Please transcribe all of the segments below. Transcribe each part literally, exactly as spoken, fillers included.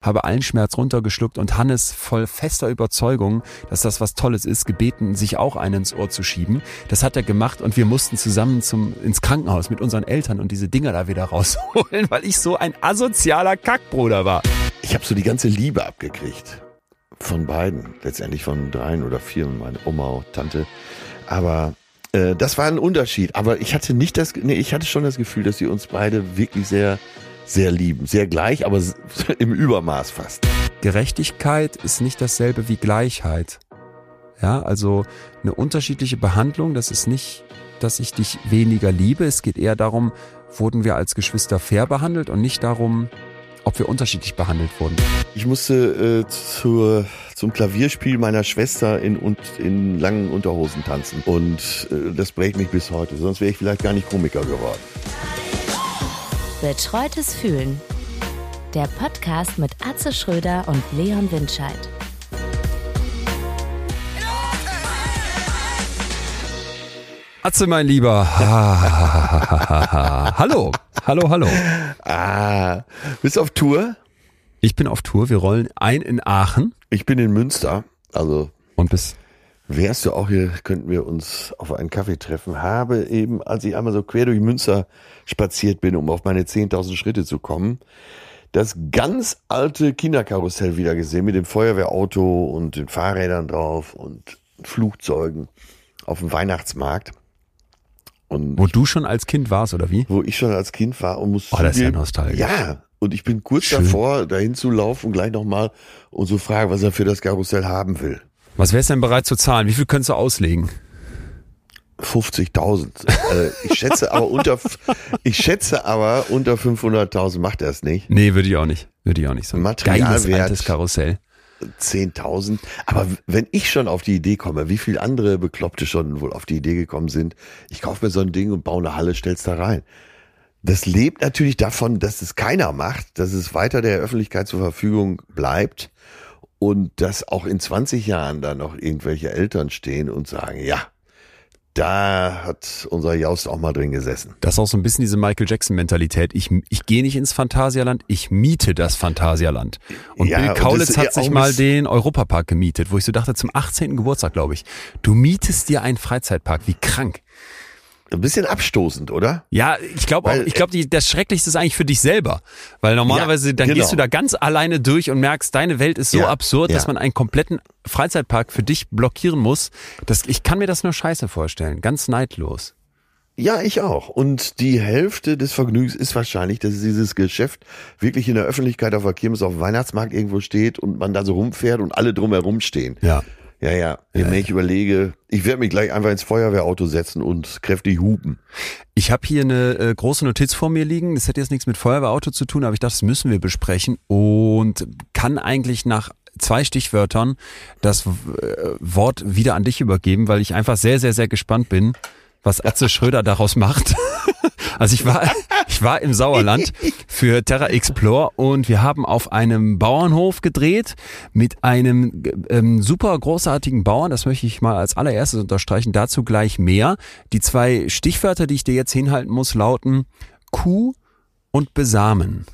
habe allen Schmerz runtergeschluckt und Hannes voll fester Überzeugung, dass das was Tolles ist, gebeten, sich auch einen ins Ohr zu schieben. Das hat er gemacht und wir mussten zusammen zum ins Krankenhaus mit unseren Eltern und diese Dinger da wieder rausholen, weil ich so ein asozialer Kackbruder war. Ich habe so die ganze Liebe abgekriegt. Von beiden. Letztendlich von dreien oder vier, meine Oma und Tante. Aber äh, das war ein Unterschied. Aber ich hatte nicht das, nee, ich hatte schon das Gefühl, dass sie uns beide wirklich sehr, sehr lieben. Sehr gleich, aber im Übermaß fast. Gerechtigkeit ist nicht dasselbe wie Gleichheit. Ja, also eine unterschiedliche Behandlung, das ist nicht, dass ich dich weniger liebe. Es geht eher darum, wurden wir als Geschwister fair behandelt und nicht darum, ob wir unterschiedlich behandelt wurden. Ich musste äh, zur, zum Klavierspiel meiner Schwester in, in langen Unterhosen tanzen. Und äh, das prägt mich bis heute. Sonst wäre ich vielleicht gar nicht Komiker geworden. Betreutes Fühlen. Der Podcast mit Atze Schröder und Leon Windscheid. Atze, mein Lieber. Hallo. Hallo, hallo. Ah, bist du auf Tour? Ich bin auf Tour. Wir rollen ein in Aachen. Ich bin in Münster. Also. Und bis. Wärst du auch hier, könnten wir uns auf einen Kaffee treffen. Habe eben, als ich einmal so quer durch Münster spaziert bin, um auf meine zehntausend Schritte zu kommen, das ganz alte Kinderkarussell wieder gesehen mit dem Feuerwehrauto und den Fahrrädern drauf und Flugzeugen auf dem Weihnachtsmarkt. Und wo du schon als Kind warst, oder wie? Wo ich schon als Kind war und musste. Oh, das ist ja nostalgisch. Ja, und ich bin kurz Schön. davor, dahin zu laufen und gleich nochmal und so fragen, was er für das Karussell haben will. Was wärst du denn bereit zu zahlen? Wie viel könntest du auslegen? fünfzigtausend. äh, ich schätze aber unter, ich schätze aber unter fünfhunderttausend macht er es nicht. Nee, würde ich auch nicht. Würde ich auch nicht. So ein Materialwert. Geiles altes Karussell. zehntausend. Aber wenn ich schon auf die Idee komme, wie viele andere Bekloppte schon wohl auf die Idee gekommen sind, ich kaufe mir so ein Ding und baue eine Halle, stell's da rein. Das lebt natürlich davon, dass es keiner macht, dass es weiter der Öffentlichkeit zur Verfügung bleibt und dass auch in zwanzig Jahren da noch irgendwelche Eltern stehen und sagen, ja, da hat unser Jaust auch mal drin gesessen. Das ist auch so ein bisschen diese Michael Jackson-Mentalität. Ich, ich gehe nicht ins Phantasialand, ich miete das Phantasialand. Und ja, Bill Kaulitz und hat sich mal den Europapark gemietet, wo ich so dachte, zum achtzehnten Geburtstag, glaube ich. Du mietest dir einen Freizeitpark, wie krank. Ein bisschen abstoßend, oder? Ja, ich glaube auch, ich glaube, das Schrecklichste ist eigentlich für dich selber. Weil normalerweise, ja, dann genau. gehst du da ganz alleine durch und merkst, deine Welt ist so ja, absurd, ja. dass man einen kompletten Freizeitpark für dich blockieren muss. Das, ich kann mir das nur scheiße vorstellen. Ganz neidlos. Ja, ich auch. Und die Hälfte des Vergnügens ist wahrscheinlich, dass dieses Geschäft wirklich in der Öffentlichkeit auf der Kirmes auf dem Weihnachtsmarkt irgendwo steht und man da so rumfährt und alle drumherum stehen. Ja. Ja, ja. Je mehr ich überlege, ich werde mich gleich einfach ins Feuerwehrauto setzen und kräftig hupen. Ich habe hier eine äh, große Notiz vor mir liegen. Das hat jetzt nichts mit Feuerwehrauto zu tun, aber ich dachte, das müssen wir besprechen und kann eigentlich nach zwei Stichwörtern das äh, Wort wieder an dich übergeben, weil ich einfach sehr, sehr, sehr gespannt bin, was Atze Schröder daraus macht. Also ich war, ich war im Sauerland für Terra Explore und wir haben auf einem Bauernhof gedreht mit einem ähm, super großartigen Bauern. Das möchte ich mal als allererstes unterstreichen. Dazu gleich mehr. Die zwei Stichwörter, die ich dir jetzt hinhalten muss, lauten Kuh und Besamen.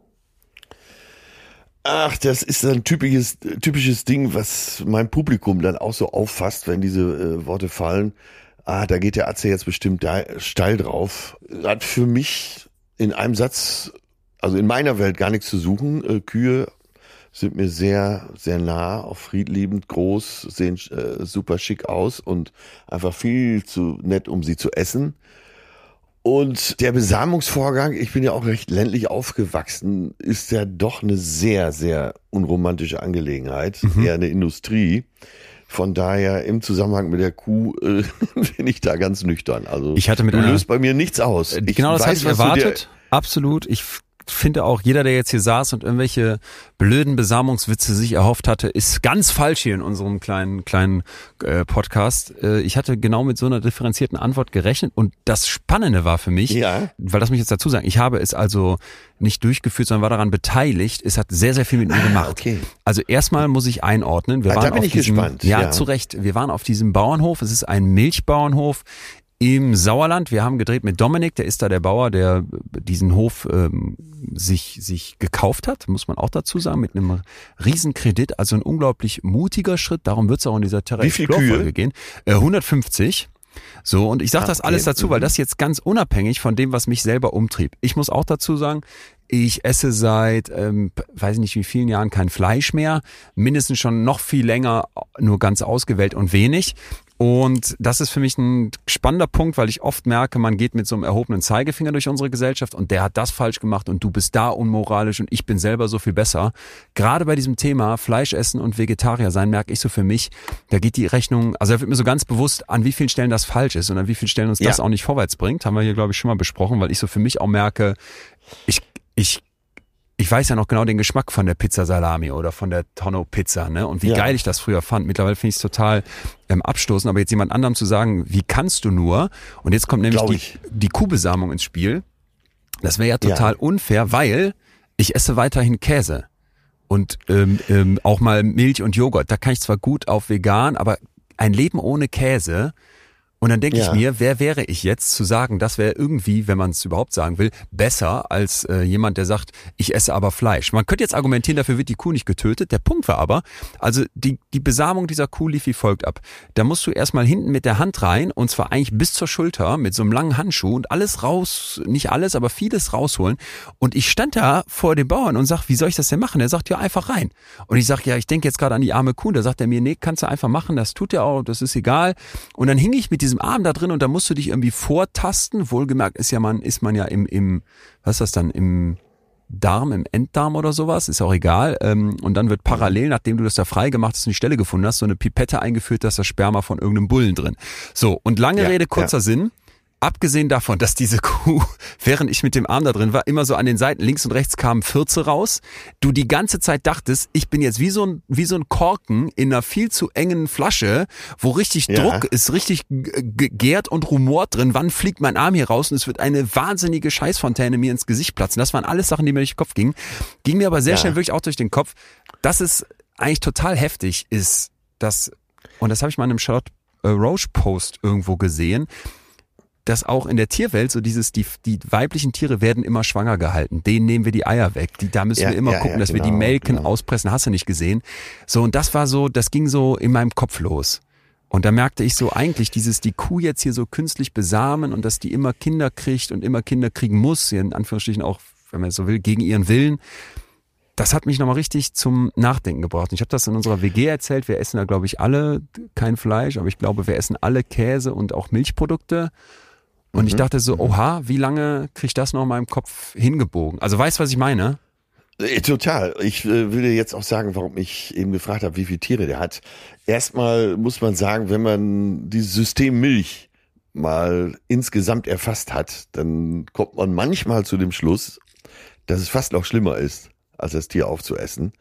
Ach, das ist ein typisches, typisches Ding, was mein Publikum dann auch so auffasst, wenn diese äh, Worte fallen. Ah, da geht der Atze jetzt bestimmt da, steil drauf. Hat für mich in einem Satz, also in meiner Welt gar nichts zu suchen. Äh, Kühe sind mir sehr, sehr nah, auch friedliebend, groß, sehen äh, super schick aus und einfach viel zu nett, um sie zu essen. Und der Besamungsvorgang, ich bin ja auch recht ländlich aufgewachsen, ist ja doch eine sehr, sehr unromantische Angelegenheit, mhm. eher eine Industrie. Von daher im Zusammenhang mit der Kuh äh, bin ich da ganz nüchtern. Also ich hatte mit du einer, löst bei mir nichts aus. Ich genau das weiß, hatte ich erwartet. Absolut. Ich finde auch, jeder, der jetzt hier saß und irgendwelche blöden Besamungswitze sich erhofft hatte, ist ganz falsch hier in unserem kleinen kleinen äh, Podcast. Äh, ich hatte genau mit so einer differenzierten Antwort gerechnet und das Spannende war für mich, ja. weil das muss ich jetzt dazu sagen, ich habe es also nicht durchgeführt, sondern war daran beteiligt. Es hat sehr, sehr viel mit mir ah, gemacht. Okay. Also erstmal muss ich einordnen. Wir ah, waren da bin auf ich diesem, gespannt. Ja, ja, zu Recht. Wir waren auf diesem Bauernhof. Es ist ein Milchbauernhof im Sauerland. Wir haben gedreht mit Dominik, der ist da der Bauer, der diesen Hof ähm, sich sich gekauft hat, muss man auch dazu sagen, mit einem Riesenkredit. Also ein unglaublich mutiger Schritt. Darum wird es auch in dieser Terra Explore-Folge gehen. Äh, hundertfünfzig. So, und ich sage das alles dazu, weil das jetzt ganz unabhängig von dem, was mich selber umtrieb. Ich muss auch dazu sagen, ich esse seit, ähm, weiß nicht wie vielen Jahren kein Fleisch mehr, mindestens schon noch viel länger, nur ganz ausgewählt und wenig. Und das ist für mich ein spannender Punkt, weil ich oft merke, man geht mit so einem erhobenen Zeigefinger durch unsere Gesellschaft und der hat das falsch gemacht und du bist da unmoralisch und ich bin selber so viel besser. Gerade bei diesem Thema Fleisch essen und Vegetarier sein, merke ich so für mich, da geht die Rechnung, also da wird mir so ganz bewusst, an wie vielen Stellen das falsch ist und an wie vielen Stellen uns ja. das auch nicht vorwärts bringt. Haben wir hier, glaube ich, schon mal besprochen, weil ich so für mich auch merke, ich, ich, Ich weiß ja noch genau den Geschmack von der Pizza Salami oder von der Tonno Pizza, ne? Und wie ja. geil ich das früher fand. Mittlerweile finde ich es total ähm, abstoßend. Aber jetzt jemand anderem zu sagen, wie kannst du nur? Und jetzt kommt nämlich die, die Kuhbesamung ins Spiel. Das wäre ja total ja. unfair, weil ich esse weiterhin Käse. Und ähm, ähm, auch mal Milch und Joghurt. Da kann ich zwar gut auf vegan, aber ein Leben ohne Käse. Und dann denke ja. ich mir, wer wäre ich jetzt zu sagen, das wäre irgendwie, wenn man es überhaupt sagen will, besser als äh, jemand, der sagt, ich esse aber Fleisch. Man könnte jetzt argumentieren, dafür wird die Kuh nicht getötet. Der Punkt war aber, also die die Besamung dieser Kuh lief wie folgt ab. Da musst du erstmal hinten mit der Hand rein und zwar eigentlich bis zur Schulter mit so einem langen Handschuh und alles raus, nicht alles, aber vieles rausholen. Und ich stand da vor dem Bauern und sag, wie soll ich das denn machen? Er sagt, ja, einfach rein. Und ich sag, ja, ich denke jetzt gerade an die arme Kuh. Da sagt er mir, nee, kannst du einfach machen, das tut er auch, das ist egal. Und dann hing ich mit diesem Arm da drin und da musst du dich irgendwie vortasten. Wohlgemerkt ist ja man, ist man ja im, im, was ist das dann, im Darm, im Enddarm oder sowas, ist auch egal. Und dann wird parallel, nachdem du das da frei gemacht hast und die Stelle gefunden hast, so eine Pipette eingeführt, da ist das Sperma von irgendeinem Bullen drin. So, und lange ja, Rede, kurzer ja. Sinn. Abgesehen davon, dass diese Kuh, während ich mit dem Arm da drin war, immer so an den Seiten links und rechts kamen Fürze raus, du die ganze Zeit dachtest, ich bin jetzt wie so ein, wie so ein Korken in einer viel zu engen Flasche, wo richtig ja. Druck ist, richtig gärt und rumort drin, wann fliegt mein Arm hier raus und es wird eine wahnsinnige Scheißfontäne mir ins Gesicht platzen. Das waren alles Sachen, die mir durch den Kopf gingen. Ging mir aber sehr ja. schnell wirklich auch durch den Kopf, dass es eigentlich total heftig ist, dass, und das habe ich mal in einem Charlotte Roche Post irgendwo gesehen, dass auch in der Tierwelt so dieses, die, die weiblichen Tiere werden immer schwanger gehalten. Denen nehmen wir die Eier weg. Die, da müssen ja, wir immer ja, gucken, ja, dass genau, wir die melken, genau. auspressen. Hast du nicht gesehen? So, und das war so, das ging so in meinem Kopf los. Und da merkte ich so eigentlich dieses, die Kuh jetzt hier so künstlich besamen und dass die immer Kinder kriegt und immer Kinder kriegen muss, in Anführungsstrichen auch, wenn man so will, gegen ihren Willen. Das hat mich nochmal richtig zum Nachdenken gebracht. Ich habe das in unserer W G erzählt. Wir essen da, glaube ich, alle kein Fleisch, aber ich glaube, wir essen alle Käse und auch Milchprodukte. Und mhm. ich dachte so, oha, wie lange krieg ich das noch in meinem Kopf hingebogen? Also weißt du, was ich meine? Total. Ich äh, will dir jetzt auch sagen, warum ich eben gefragt habe, wie viele Tiere der hat. Erstmal muss man sagen, wenn man dieses System Milch mal insgesamt erfasst hat, dann kommt man manchmal zu dem Schluss, dass es fast noch schlimmer ist, als das Tier aufzuessen.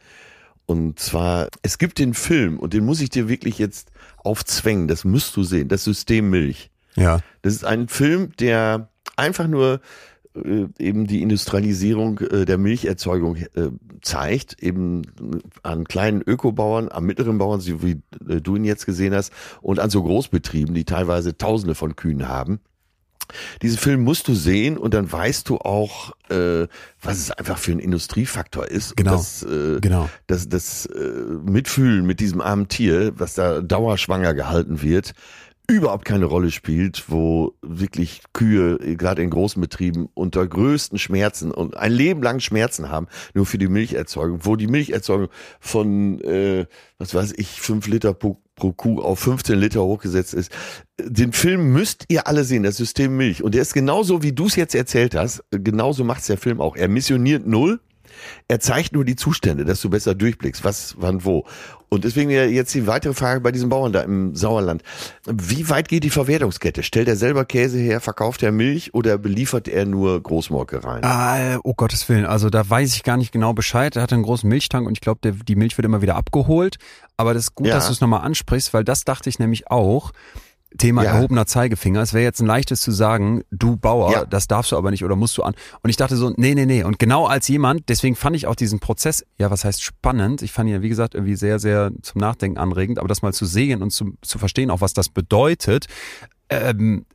Und zwar, es gibt den Film, und den muss ich dir wirklich jetzt aufzwängen, das musst du sehen, das System Milch. Ja. Das ist ein Film, der einfach nur äh, eben die Industrialisierung äh, der Milcherzeugung äh, zeigt, eben an kleinen Ökobauern, an mittleren Bauern, so wie äh, du ihn jetzt gesehen hast, und an so Großbetrieben, die teilweise Tausende von Kühen haben. Diesen Film musst du sehen und dann weißt du auch, äh, was es einfach für ein Industriefaktor ist. Genau. Das, äh, genau. das, das äh, Mitfühlen mit diesem armen Tier, was da dauerschwanger gehalten wird, überhaupt keine Rolle spielt, wo wirklich Kühe, gerade in großen Betrieben, unter größten Schmerzen und ein Leben lang Schmerzen haben, nur für die Milcherzeugung, wo die Milcherzeugung von, äh, was weiß ich, fünf Liter pro, pro Kuh auf fünfzehn Liter hochgesetzt ist. Den Film müsst ihr alle sehen, das System Milch. Und der ist genauso, wie du es jetzt erzählt hast, genauso macht's der Film auch. Er missioniert null. Er zeigt nur die Zustände, dass du besser durchblickst, was, wann, wo. Und deswegen jetzt die weitere Frage bei diesem Bauern da im Sauerland. Wie weit geht die Verwertungskette? Stellt er selber Käse her, verkauft er Milch oder beliefert er nur Großmolkereien? Ah, oh Gottes Willen, also da weiß ich gar nicht genau Bescheid. Er hat einen großen Milchtank und ich glaube, die Milch wird immer wieder abgeholt. Aber das ist gut, ja. dass du es nochmal ansprichst, weil das dachte ich nämlich auch. Thema ja. erhobener Zeigefinger. Es wäre jetzt ein leichtes zu sagen, du Bauer, ja. das darfst du aber nicht oder musst du an. Und ich dachte so, nee, nee, nee. Und genau als jemand, deswegen fand ich auch diesen Prozess, ja, was heißt spannend? Ich fand ihn ja, wie gesagt, irgendwie sehr, sehr zum Nachdenken anregend, aber das mal zu sehen und zu, zu verstehen, auch was das bedeutet, ähm,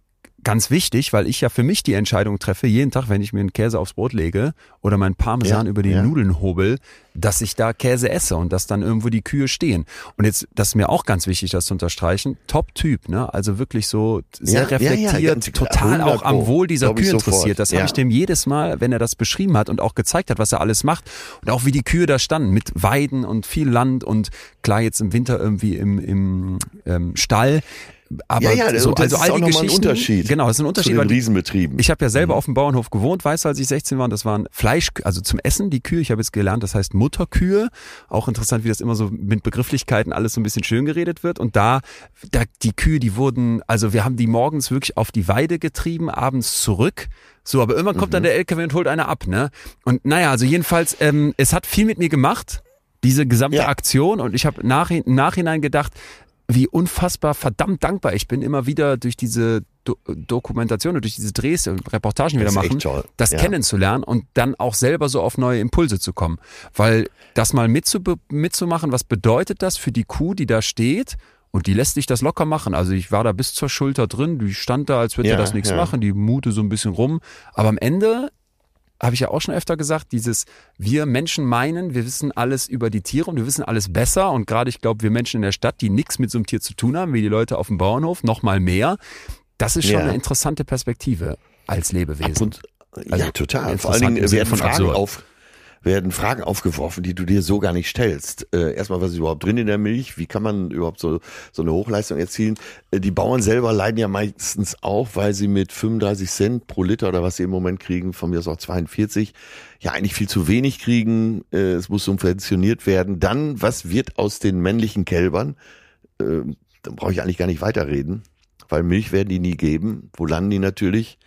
ganz wichtig, weil ich ja für mich die Entscheidung treffe, jeden Tag, wenn ich mir einen Käse aufs Brot lege oder meinen Parmesan ja, über die ja. Nudeln hobel, dass ich da Käse esse und dass dann irgendwo die Kühe stehen. Und jetzt, das ist mir auch ganz wichtig, das zu unterstreichen, Top-Typ, ne? Also wirklich so sehr Ja, reflektiert, ja, ja, ganz klar, total auch am hundert Wohl dieser Glaub ich Kühe sofort. interessiert. Das Ja. habe ich dem jedes Mal, wenn er das beschrieben hat und auch gezeigt hat, was er alles macht und auch wie die Kühe da standen mit Weiden und viel Land und klar jetzt im Winter irgendwie im, im ähm, Stall. Aber ja, ja, so, das also ist all auch die nochmal ein Geschichten, Unterschied genau, das ist ein Unterschied. zu den weil die- Riesenbetrieben. Ich habe ja selber Mhm. auf dem Bauernhof gewohnt, weißt du, als ich sechzehn war, und das waren Fleisch, also zum Essen die Kühe. Ich habe jetzt gelernt, das heißt Mutterkühe. Auch interessant, wie das immer so mit Begrifflichkeiten alles so ein bisschen schön geredet wird. Und da, da die Kühe, die wurden, also wir haben die morgens wirklich auf die Weide getrieben, abends zurück. So, aber irgendwann kommt dann der L K W und holt eine ab, ne? Und naja, also jedenfalls, ähm, es hat viel mit mir gemacht, diese gesamte Ja. Aktion. Und ich habe nach, im Nachhinein gedacht, wie unfassbar verdammt dankbar ich bin, immer wieder durch diese Do- Dokumentation und durch diese Drehs und Reportagen wieder Das ist echt machen, toll. das Ja. kennenzulernen und dann auch selber so auf neue Impulse zu kommen. Weil das mal mitzube- mitzumachen, was bedeutet das für die Kuh, die da steht? Und die lässt sich das locker machen. Also ich war da bis zur Schulter drin, die stand da, als würde Ja, das nichts ja. machen, die mute so ein bisschen rum. Aber am Ende habe ich ja auch schon öfter gesagt, dieses, wir Menschen meinen, wir wissen alles über die Tiere und wir wissen alles besser und gerade ich glaube, wir Menschen in der Stadt, die nichts mit so einem Tier zu tun haben, wie die Leute auf dem Bauernhof, noch mal mehr, das ist schon Ja. eine interessante Perspektive als Lebewesen. Und, Also, ja, total. Vor interessant allen Dingen im Sinne werden von Fragen, absurd. auf, werden Fragen aufgeworfen, die du dir so gar nicht stellst. Äh, erstmal, was ist überhaupt drin in der Milch? Wie kann man überhaupt so, so eine Hochleistung erzielen? Äh, die Bauern selber leiden ja meistens auch, weil sie mit fünfunddreißig Cent pro Liter oder was sie im Moment kriegen, von mir aus auch zweiundvierzig, ja eigentlich viel zu wenig kriegen. Äh, es muss subventioniert werden. Dann, was wird aus den männlichen Kälbern? Äh, da brauche ich eigentlich gar nicht weiterreden, weil Milch werden die nie geben. Wo landen die natürlich?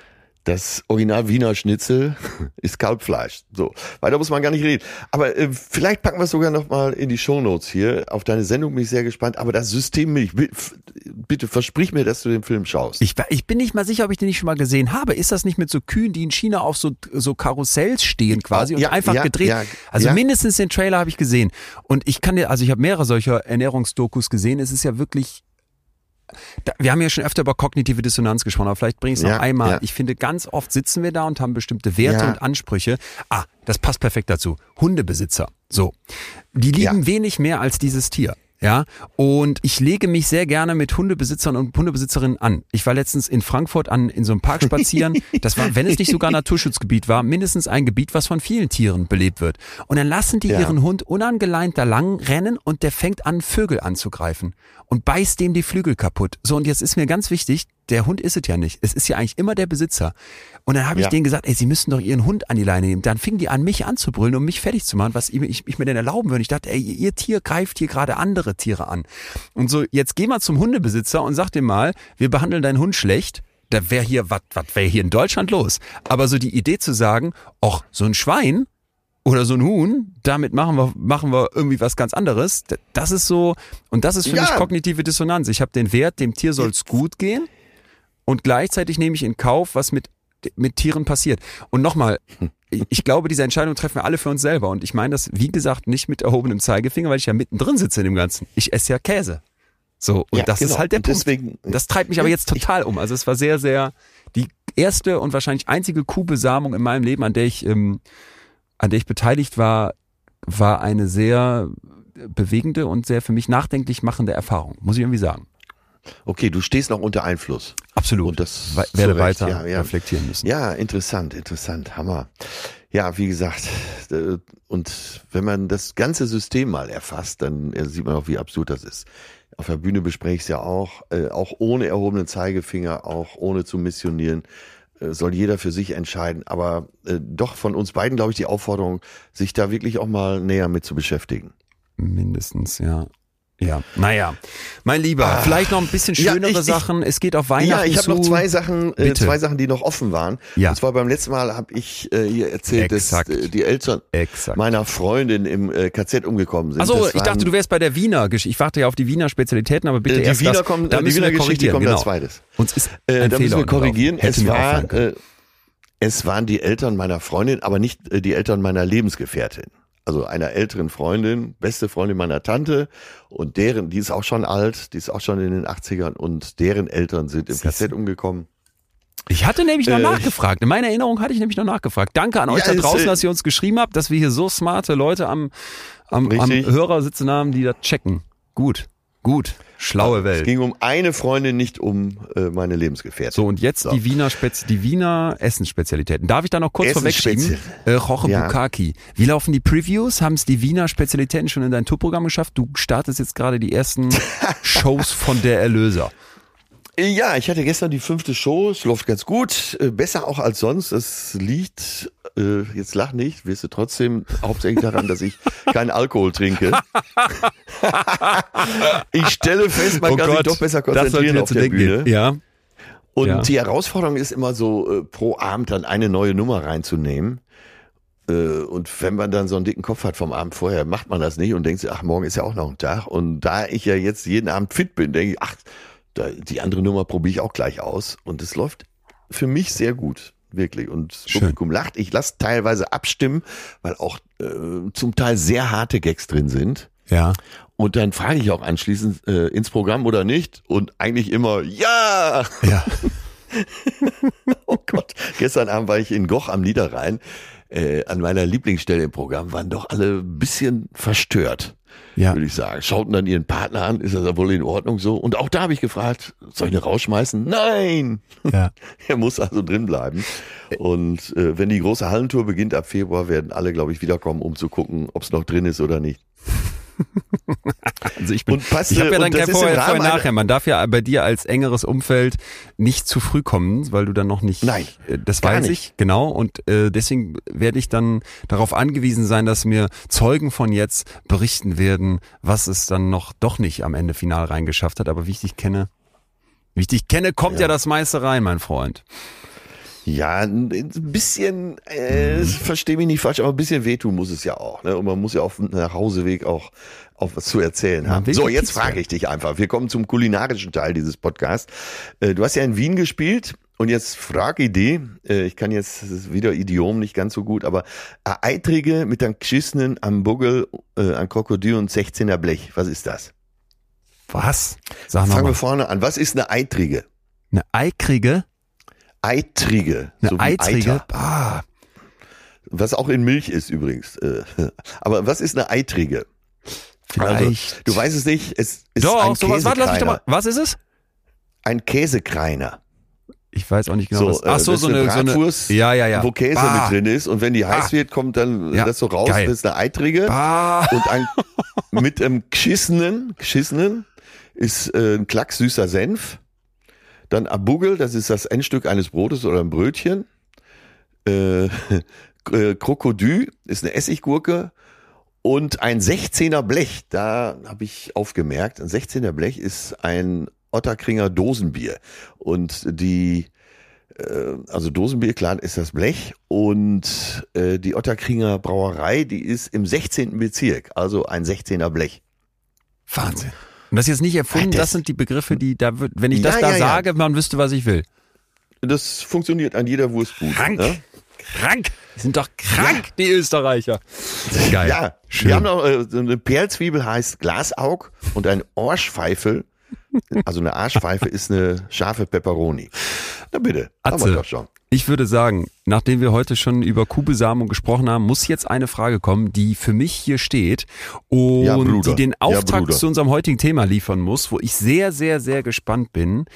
Das Original Wiener Schnitzel ist Kalbfleisch. So, weiter muss man gar nicht reden. Aber äh, vielleicht packen wir es sogar noch mal in die Shownotes hier. Auf deine Sendung bin ich sehr gespannt. Aber das System Milch, bi- f- bitte versprich mir, dass du den Film schaust. Ich, ich bin nicht mal sicher, ob ich den nicht schon mal gesehen habe. Ist das nicht mit so Kühen, die in China auf so, so Karussells stehen quasi und Ja, einfach ja, gedreht? ja, also ja. mindestens den Trailer habe ich gesehen. Und ich kann dir, also ich habe mehrere solcher Ernährungsdokus gesehen. Es ist ja wirklich, da, wir haben ja schon öfter über kognitive Dissonanz gesprochen, aber vielleicht bringe ich es noch Ja, einmal. ja. Ich finde, ganz oft sitzen wir da und haben bestimmte Werte Ja. und Ansprüche. Ah, das passt perfekt dazu. Hundebesitzer. So. Die lieben Ja. wenig mehr als dieses Tier. Ja, und ich lege mich sehr gerne mit Hundebesitzern und Hundebesitzerinnen an. Ich war letztens in Frankfurt an, in so einem Park spazieren. Das war, wenn es nicht sogar Naturschutzgebiet war, mindestens ein Gebiet, was von vielen Tieren belebt wird. Und dann lassen die Ja. ihren Hund unangeleint da lang rennen und der fängt an, Vögel anzugreifen und beißt dem die Flügel kaputt. So, und jetzt ist mir ganz wichtig, der Hund ist es ja nicht. Es ist ja eigentlich immer der Besitzer. Und dann habe ich Ja. denen gesagt, ey, sie müssen doch ihren Hund an die Leine nehmen. Dann fingen die an, mich anzubrüllen, um mich fertig zu machen, was ich, ich, ich mir denn erlauben würde. Ich dachte, ey, ihr Tier greift hier gerade andere Tiere an. Und so, jetzt geh mal zum Hundebesitzer und sag dem mal, wir behandeln deinen Hund schlecht. Da wäre hier, was was wäre hier in Deutschland los? Aber so die Idee zu sagen, ach, so ein Schwein oder so ein Huhn, damit machen wir, machen wir irgendwie was ganz anderes. Das ist so, und das ist für Ja. mich kognitive Dissonanz. Ich habe den Wert, dem Tier soll es gut gehen. Und gleichzeitig nehme ich in Kauf, was mit, mit Tieren passiert. Und nochmal, ich, ich glaube, diese Entscheidung treffen wir alle für uns selber. Und ich meine das, wie gesagt, nicht mit erhobenem Zeigefinger, weil ich ja mittendrin sitze in dem Ganzen. Ich esse ja Käse. So, und Ja, das genau. ist halt der Und Punkt. deswegen- Das treibt mich aber jetzt total um. Also es war sehr, sehr, die erste und wahrscheinlich einzige Kuhbesamung in meinem Leben, an der ich, ähm, an der ich beteiligt war, war eine sehr bewegende und sehr für mich nachdenklich machende Erfahrung. Muss ich irgendwie sagen. Okay, du stehst noch unter Einfluss. Absolut. Und das We- zu werde Recht, weiter ja, ja. reflektieren müssen. Ja, interessant, interessant, Hammer. Ja, wie gesagt, äh, und wenn man das ganze System mal erfasst, dann äh, sieht man auch, wie absurd das ist. Auf der Bühne bespreche ich es ja auch, äh, auch ohne erhobenen Zeigefinger, auch ohne zu missionieren, äh, soll jeder für sich entscheiden. Aber äh, doch von uns beiden, glaube ich, die Aufforderung, sich da wirklich auch mal näher mit zu beschäftigen. Mindestens, ja. Ja, naja, mein Lieber, vielleicht noch ein bisschen Ja, schönere ich- ich- Sachen. Es geht auf Weihnachten Ja, ich habe zu. noch zwei Sachen, äh, Bitte. zwei Sachen, die noch offen waren. Ja. Und zwar beim letzten Mal habe ich äh, hier erzählt, Exakt. dass äh, die Eltern Exakt. meiner Freundin im äh, K Z umgekommen sind. Achso, Das ich waren- dachte, du wärst bei der Wiener Geschichte. Ich warte ja auf die Wiener Spezialitäten, aber bitte äh, die erst Wiener das. kommen, da äh, die müssen Wiener wir Geschichte korrigieren, kommt genau. als zweites. Uns ist Äh, ein da Fehler müssen wir korrigieren. unterlaufen. Hätte Es mir war, auffallen können. äh, es waren die Eltern meiner Freundin, aber nicht äh, die Eltern meiner Lebensgefährtin. Also einer älteren Freundin, beste Freundin meiner Tante und deren, die ist auch schon alt, die ist auch schon in den achtzigern und deren Eltern sind im K Z umgekommen. Ich hatte nämlich noch Äh, nachgefragt. In meiner Erinnerung hatte ich nämlich noch nachgefragt. Danke an euch Ja, da es, draußen, äh, dass ihr uns geschrieben habt, dass wir hier so smarte Leute am, am, am Richtig. Hörer sitzen haben, die das checken. Gut, gut. Schlaue Es Welt. ging um eine Freundin, nicht um äh, meine Lebensgefährtin. So, und jetzt So. die Wiener Spez die Wiener Essensspezialitäten. Darf ich da noch kurz vorwegschieben? Äh, Roche Ja. Bukaki. Wie laufen die Previews? Haben es die Wiener Spezialitäten schon in dein Tourprogramm geschafft? Du startest jetzt gerade die ersten Shows von der Erlöser. Ja, ich hatte gestern die fünfte Show, es läuft ganz gut, äh, besser auch als sonst. Es liegt, äh, jetzt lach nicht, wirst du trotzdem hauptsächlich daran, dass ich keinen Alkohol trinke. Ich stelle fest, man Oh kann Gott, sich doch besser das sollte konzentrieren dir auf zu der denken Bühne. geben. Ja. Und Ja. die Herausforderung ist immer so, äh, pro Abend dann eine neue Nummer reinzunehmen. Äh, Und wenn man dann so einen dicken Kopf hat vom Abend vorher, macht man das nicht und denkt sich, ach, morgen ist ja auch noch ein Tag. Und da ich ja jetzt jeden Abend fit bin, denke ich, ach, da, die andere Nummer probiere ich auch gleich aus. Und es läuft für mich sehr gut, wirklich. Und das Schön. Publikum lacht. Ich lasse teilweise abstimmen, weil auch äh, zum Teil sehr harte Gags drin sind. Ja. Und dann frage ich auch anschließend äh, ins Programm oder nicht. Und eigentlich immer, ja! Ja. Oh Gott, gestern Abend war ich in Goch am Niederrhein. Äh, an meiner Lieblingsstelle im Programm waren doch alle ein bisschen verstört, Ja. würde ich sagen. Schauten dann ihren Partner an, ist das ja wohl in Ordnung so? Und auch da habe ich gefragt, soll ich ihn rausschmeißen? Nein! Ja. Er muss also drin bleiben. Und äh, wenn die große Hallentour beginnt ab Februar, werden alle, glaube ich, wiederkommen, um zu gucken, ob es noch drin ist oder nicht. Also ich bin, Und passt, ich habe ja und dann das kein ist im vorher, Rahmen vorher, nachher. Man darf ja bei dir als engeres Umfeld nicht zu früh kommen, weil du dann noch nicht. Nein, äh, das gar weiß nicht. ich genau. Und äh, deswegen werde ich dann darauf angewiesen sein, dass mir Zeugen von jetzt berichten werden, was es dann noch doch nicht am Ende final reingeschafft hat. Aber wie ich dich kenne, wie ich dich kenne, kommt ja, Ja. das meiste rein, mein Freund. Ja, ein bisschen, äh, verstehe mich nicht falsch, aber ein bisschen wehtun muss es ja auch. Ne? Und man muss ja auf dem Nachhauseweg auch, auch was zu erzählen Man haben. will So, Notiz jetzt frage werden. ich dich einfach. Wir kommen zum kulinarischen Teil dieses Podcasts. Äh, du hast ja in Wien gespielt und jetzt Fragidee. Äh, ich kann jetzt, das ist wieder Idiom nicht ganz so gut, aber eine Eitrige mit einem geschissenen am Buggel, äh, ein Krokodil und sechzehner Blech. Was ist das? Was? Sag Fangen wir nochmal. vorne an. Was ist eine Eitrige? Eine Eikrige? Eitrige. Eine so wie Eitrige? Eiter. Ah, Was auch in Milch ist übrigens. Äh, Aber was ist eine Eitrige? vielleicht. Also, du weißt es nicht, es ist Doch, ein sowas. Warte, lass mich doch mal. Käsekreiner. Was ist es? Ein Käsekreiner. Ich weiß auch nicht genau. So, was. äh, Ach so, das so ist eine, eine so eine. Bratwurst, Ja, ja, ja. Wo Käse Ah. mit drin ist und wenn die heiß Ah. wird, kommt dann Ja, das so raus, geil. das ist eine Eitrige. Ah. Und ein, mit einem geschissenen, geschissenen ist äh, ein Klacks süßer Senf. Dann Abugel, das ist das Endstück eines Brotes oder ein Brötchen. Äh, äh, Krokodil ist eine Essiggurke. Und ein sechzehner Blech, da habe ich aufgemerkt, ein sechzehner Blech ist ein Ottakringer Dosenbier. Und die, äh, also Dosenbier, klar, ist das Blech. Und äh, die Ottakringer Brauerei, die ist im sechzehnten Bezirk, also ein sechzehner Blech. Wahnsinn. Und das ist jetzt nicht erfunden, Das- das sind die Begriffe, die da wird, wenn ich das Ja, da ja, ja. sage, man wüsste, was ich will. Das funktioniert an jeder Wurstbude. Krank. Ne? Krank. Die sind doch krank, die Österreicher. Geil. Ja, Schön. wir haben noch, äh, so eine Perlzwiebel heißt Glasaug und ein Orschpfeifel, also eine Arschpfeife ist eine scharfe Peperoni. Na bitte, haben Atze. wir doch schon. Ich würde sagen, nachdem wir heute schon über Kuhbesamung gesprochen haben, muss jetzt eine Frage kommen, die für mich hier steht und Ja, Bruder. die den Ja, Auftrag Bruder. zu unserem heutigen Thema liefern muss, wo ich sehr, sehr, sehr gespannt bin.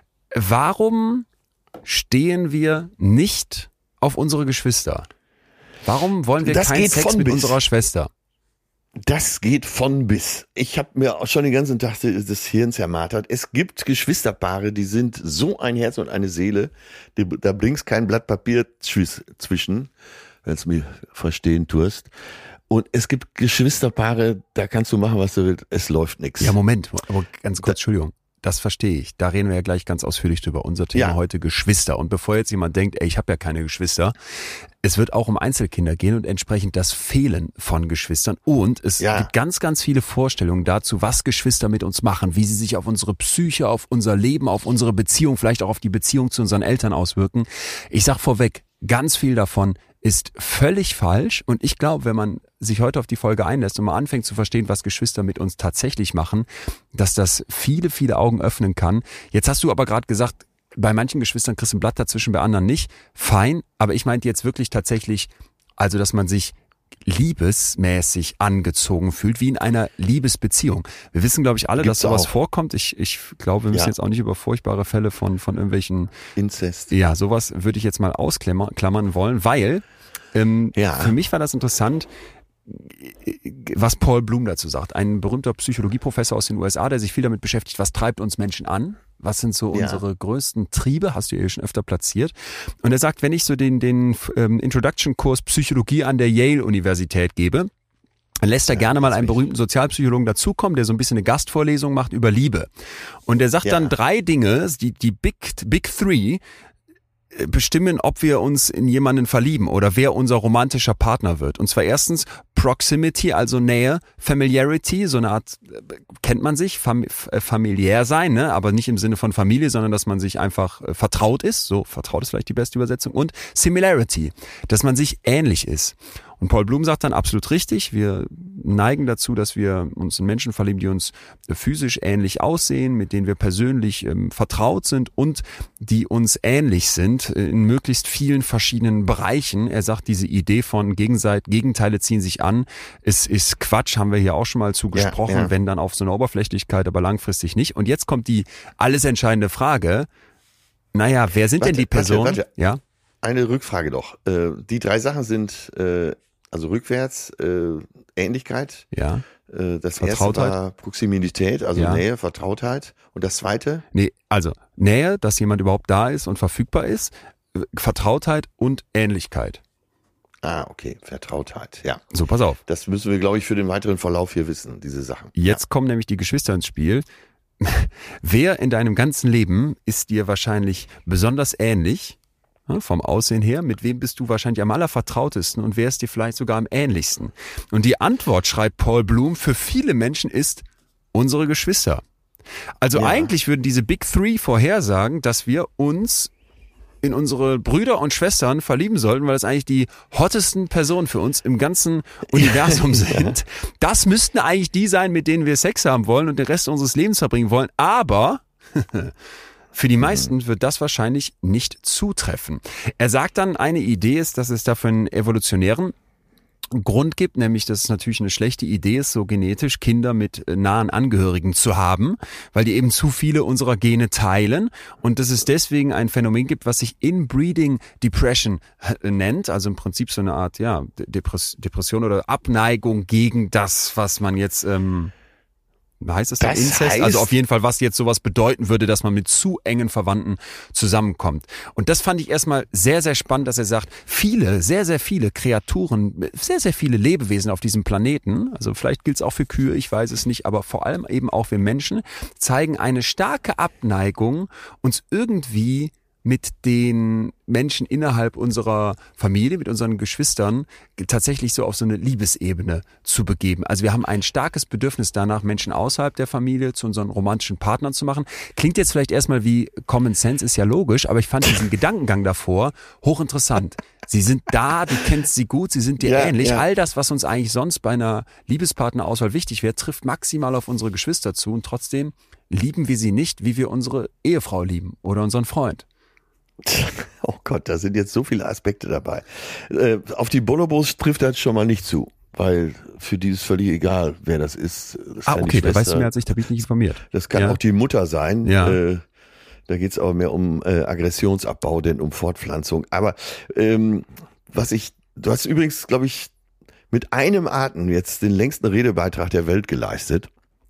Warum stehen wir nicht auf unsere Geschwister? Warum wollen wir Das keinen geht Sex von mit bis. unserer Schwester? Das geht von bis. Ich habe mir auch schon den ganzen Tag des Hirns zermartert. Es gibt Geschwisterpaare, die sind so ein Herz und eine Seele, die, da bringst kein Blatt Papier zwisch- zwischen, wenn es mir verstehen tust. Und es gibt Geschwisterpaare, da kannst du machen, was du willst, es läuft nichts. Ja, Moment, aber ganz kurz, Entschuldigung. Das verstehe ich. Da reden wir ja gleich ganz ausführlich drüber. Unser Thema Ja. heute Geschwister. Und bevor jetzt jemand denkt, ey, ich habe ja keine Geschwister, es wird auch um Einzelkinder gehen und entsprechend das Fehlen von Geschwistern. Und es Ja. gibt ganz, ganz viele Vorstellungen dazu, was Geschwister mit uns machen, wie sie sich auf unsere Psyche, auf unser Leben, auf unsere Beziehung, vielleicht auch auf die Beziehung zu unseren Eltern auswirken. Ich sag vorweg, ganz viel davon ist völlig falsch. Und ich glaube, wenn man sich heute auf die Folge einlässt und mal anfängt zu verstehen, was Geschwister mit uns tatsächlich machen, dass das viele, viele Augen öffnen kann. Jetzt hast du aber gerade gesagt, bei manchen Geschwistern kriegst du ein Blatt dazwischen, bei anderen nicht. Fein, aber ich meinte jetzt wirklich tatsächlich, also dass man sich liebesmäßig angezogen fühlt, wie in einer Liebesbeziehung. Wir wissen, glaube ich, alle, Gibt's dass sowas auch. vorkommt. Ich, ich glaube, wir müssen Ja. jetzt auch nicht über furchtbare Fälle von, von irgendwelchen, Inzest. ja, sowas würde ich jetzt mal ausklammern klammern wollen, weil ähm, Ja. für mich war das interessant, was Paul Bloom dazu sagt. Ein berühmter Psychologieprofessor aus den U S A, der sich viel damit beschäftigt, was treibt uns Menschen an? Was sind so Ja. unsere größten Triebe? Hast du ja schon öfter platziert. Und er sagt, wenn ich so den, den ähm, Introduction-Kurs Psychologie an der Yale-Universität gebe, dann lässt er Ja, gerne mal das einen ist berühmten Sozialpsychologen dazukommen, der so ein bisschen eine Gastvorlesung macht über Liebe. Und der sagt Ja. dann drei Dinge, die, die Big, Big Three, bestimmen, ob wir uns in jemanden verlieben oder wer unser romantischer Partner wird. Und zwar erstens Proximity, also Nähe, Familiarity, so eine Art, kennt man sich, fam familiär sein, ne? Aber nicht im Sinne von Familie, sondern dass man sich einfach äh, vertraut ist, so vertraut ist vielleicht die beste Übersetzung, und Similarity, dass man sich ähnlich ist. Und Paul Bloom sagt dann absolut richtig, wir neigen dazu, dass wir uns in Menschen verlieben, die uns physisch ähnlich aussehen, mit denen wir persönlich ähm, vertraut sind und die uns ähnlich sind in möglichst vielen verschiedenen Bereichen. Er sagt, diese Idee von Gegenseit Gegenteile ziehen sich an, ist, ist Quatsch, haben wir hier auch schon mal zu Ja, gesprochen, ja. wenn dann auf so eine Oberflächlichkeit, aber langfristig nicht. Und jetzt kommt die alles entscheidende Frage, naja, wer sind Warte, denn die Personen? warte, warte. Ja? Eine Rückfrage doch. Äh, die drei Sachen sind äh, also rückwärts, äh, Ähnlichkeit. Ja. Äh, das erste Vertrautheit. war Proximität, also Ja. Nähe, Vertrautheit. Und das zweite? Nee, also Nähe, dass jemand überhaupt da ist und verfügbar ist, Vertrautheit und Ähnlichkeit. Ah, okay, Vertrautheit, ja. So, pass auf. Das müssen wir, glaube ich, für den weiteren Verlauf hier wissen, diese Sachen. Jetzt kommen nämlich die Geschwister ins Spiel. Wer in deinem ganzen Leben ist dir wahrscheinlich besonders ähnlich, ja, vom Aussehen her? Mit wem bist du wahrscheinlich am allervertrautesten und wer ist dir vielleicht sogar am ähnlichsten? Und die Antwort, schreibt Paul Bloom, für viele Menschen ist unsere Geschwister. Also Ja. eigentlich würden diese Big Three vorhersagen, dass wir uns in unsere Brüder und Schwestern verlieben sollten, weil das eigentlich die hottesten Personen für uns im ganzen Universum sind. Das müssten eigentlich die sein, mit denen wir Sex haben wollen und den Rest unseres Lebens verbringen wollen. Aber für die meisten wird das wahrscheinlich nicht zutreffen. Er sagt dann, eine Idee ist, dass es dafür einen evolutionären Grund gibt, nämlich dass es natürlich eine schlechte Idee ist, so genetisch Kinder mit nahen Angehörigen zu haben, weil die eben zu viele unserer Gene teilen und dass es deswegen ein Phänomen gibt, was sich Inbreeding Depression nennt, also im Prinzip so eine Art ja Depress- Depression oder Abneigung gegen das, was man jetzt ähm, heißt es da Das Inzest? heißt- Also auf jeden Fall, was jetzt sowas bedeuten würde, dass man mit zu engen Verwandten zusammenkommt. Und das fand ich erstmal sehr, sehr spannend, dass er sagt, viele, sehr, sehr viele Kreaturen, sehr, sehr viele Lebewesen auf diesem Planeten, also vielleicht gilt es auch für Kühe, ich weiß es nicht, aber vor allem eben auch wir Menschen, zeigen eine starke Abneigung, uns irgendwie mit den Menschen innerhalb unserer Familie, mit unseren Geschwistern tatsächlich so auf so eine Liebesebene zu begeben. Also wir haben ein starkes Bedürfnis danach, Menschen außerhalb der Familie zu unseren romantischen Partnern zu machen. Klingt jetzt vielleicht erstmal wie Common Sense, ist ja logisch, aber ich fand diesen Gedankengang davor hochinteressant. Sie sind da, du kennst sie gut, sie sind dir Ja, ähnlich. ja. All das, was uns eigentlich sonst bei einer Liebespartnerauswahl wichtig wäre, trifft maximal auf unsere Geschwister zu und trotzdem lieben wir sie nicht, wie wir unsere Ehefrau lieben oder unseren Freund. Oh Gott, da sind jetzt so viele Aspekte dabei. Äh, auf die Bonobos trifft das schon mal nicht zu, weil für die ist völlig egal, wer das ist. Das Ah, kann die okay, da weißt du Schwester, mehr als ich, da bin ich nicht informiert. Das kann Ja. auch die Mutter sein. Ja. Äh, da geht's aber mehr um äh, Aggressionsabbau, denn um Fortpflanzung. Aber ähm, was ich, du hast übrigens, glaube ich, mit einem Atem jetzt den längsten Redebeitrag der Welt geleistet.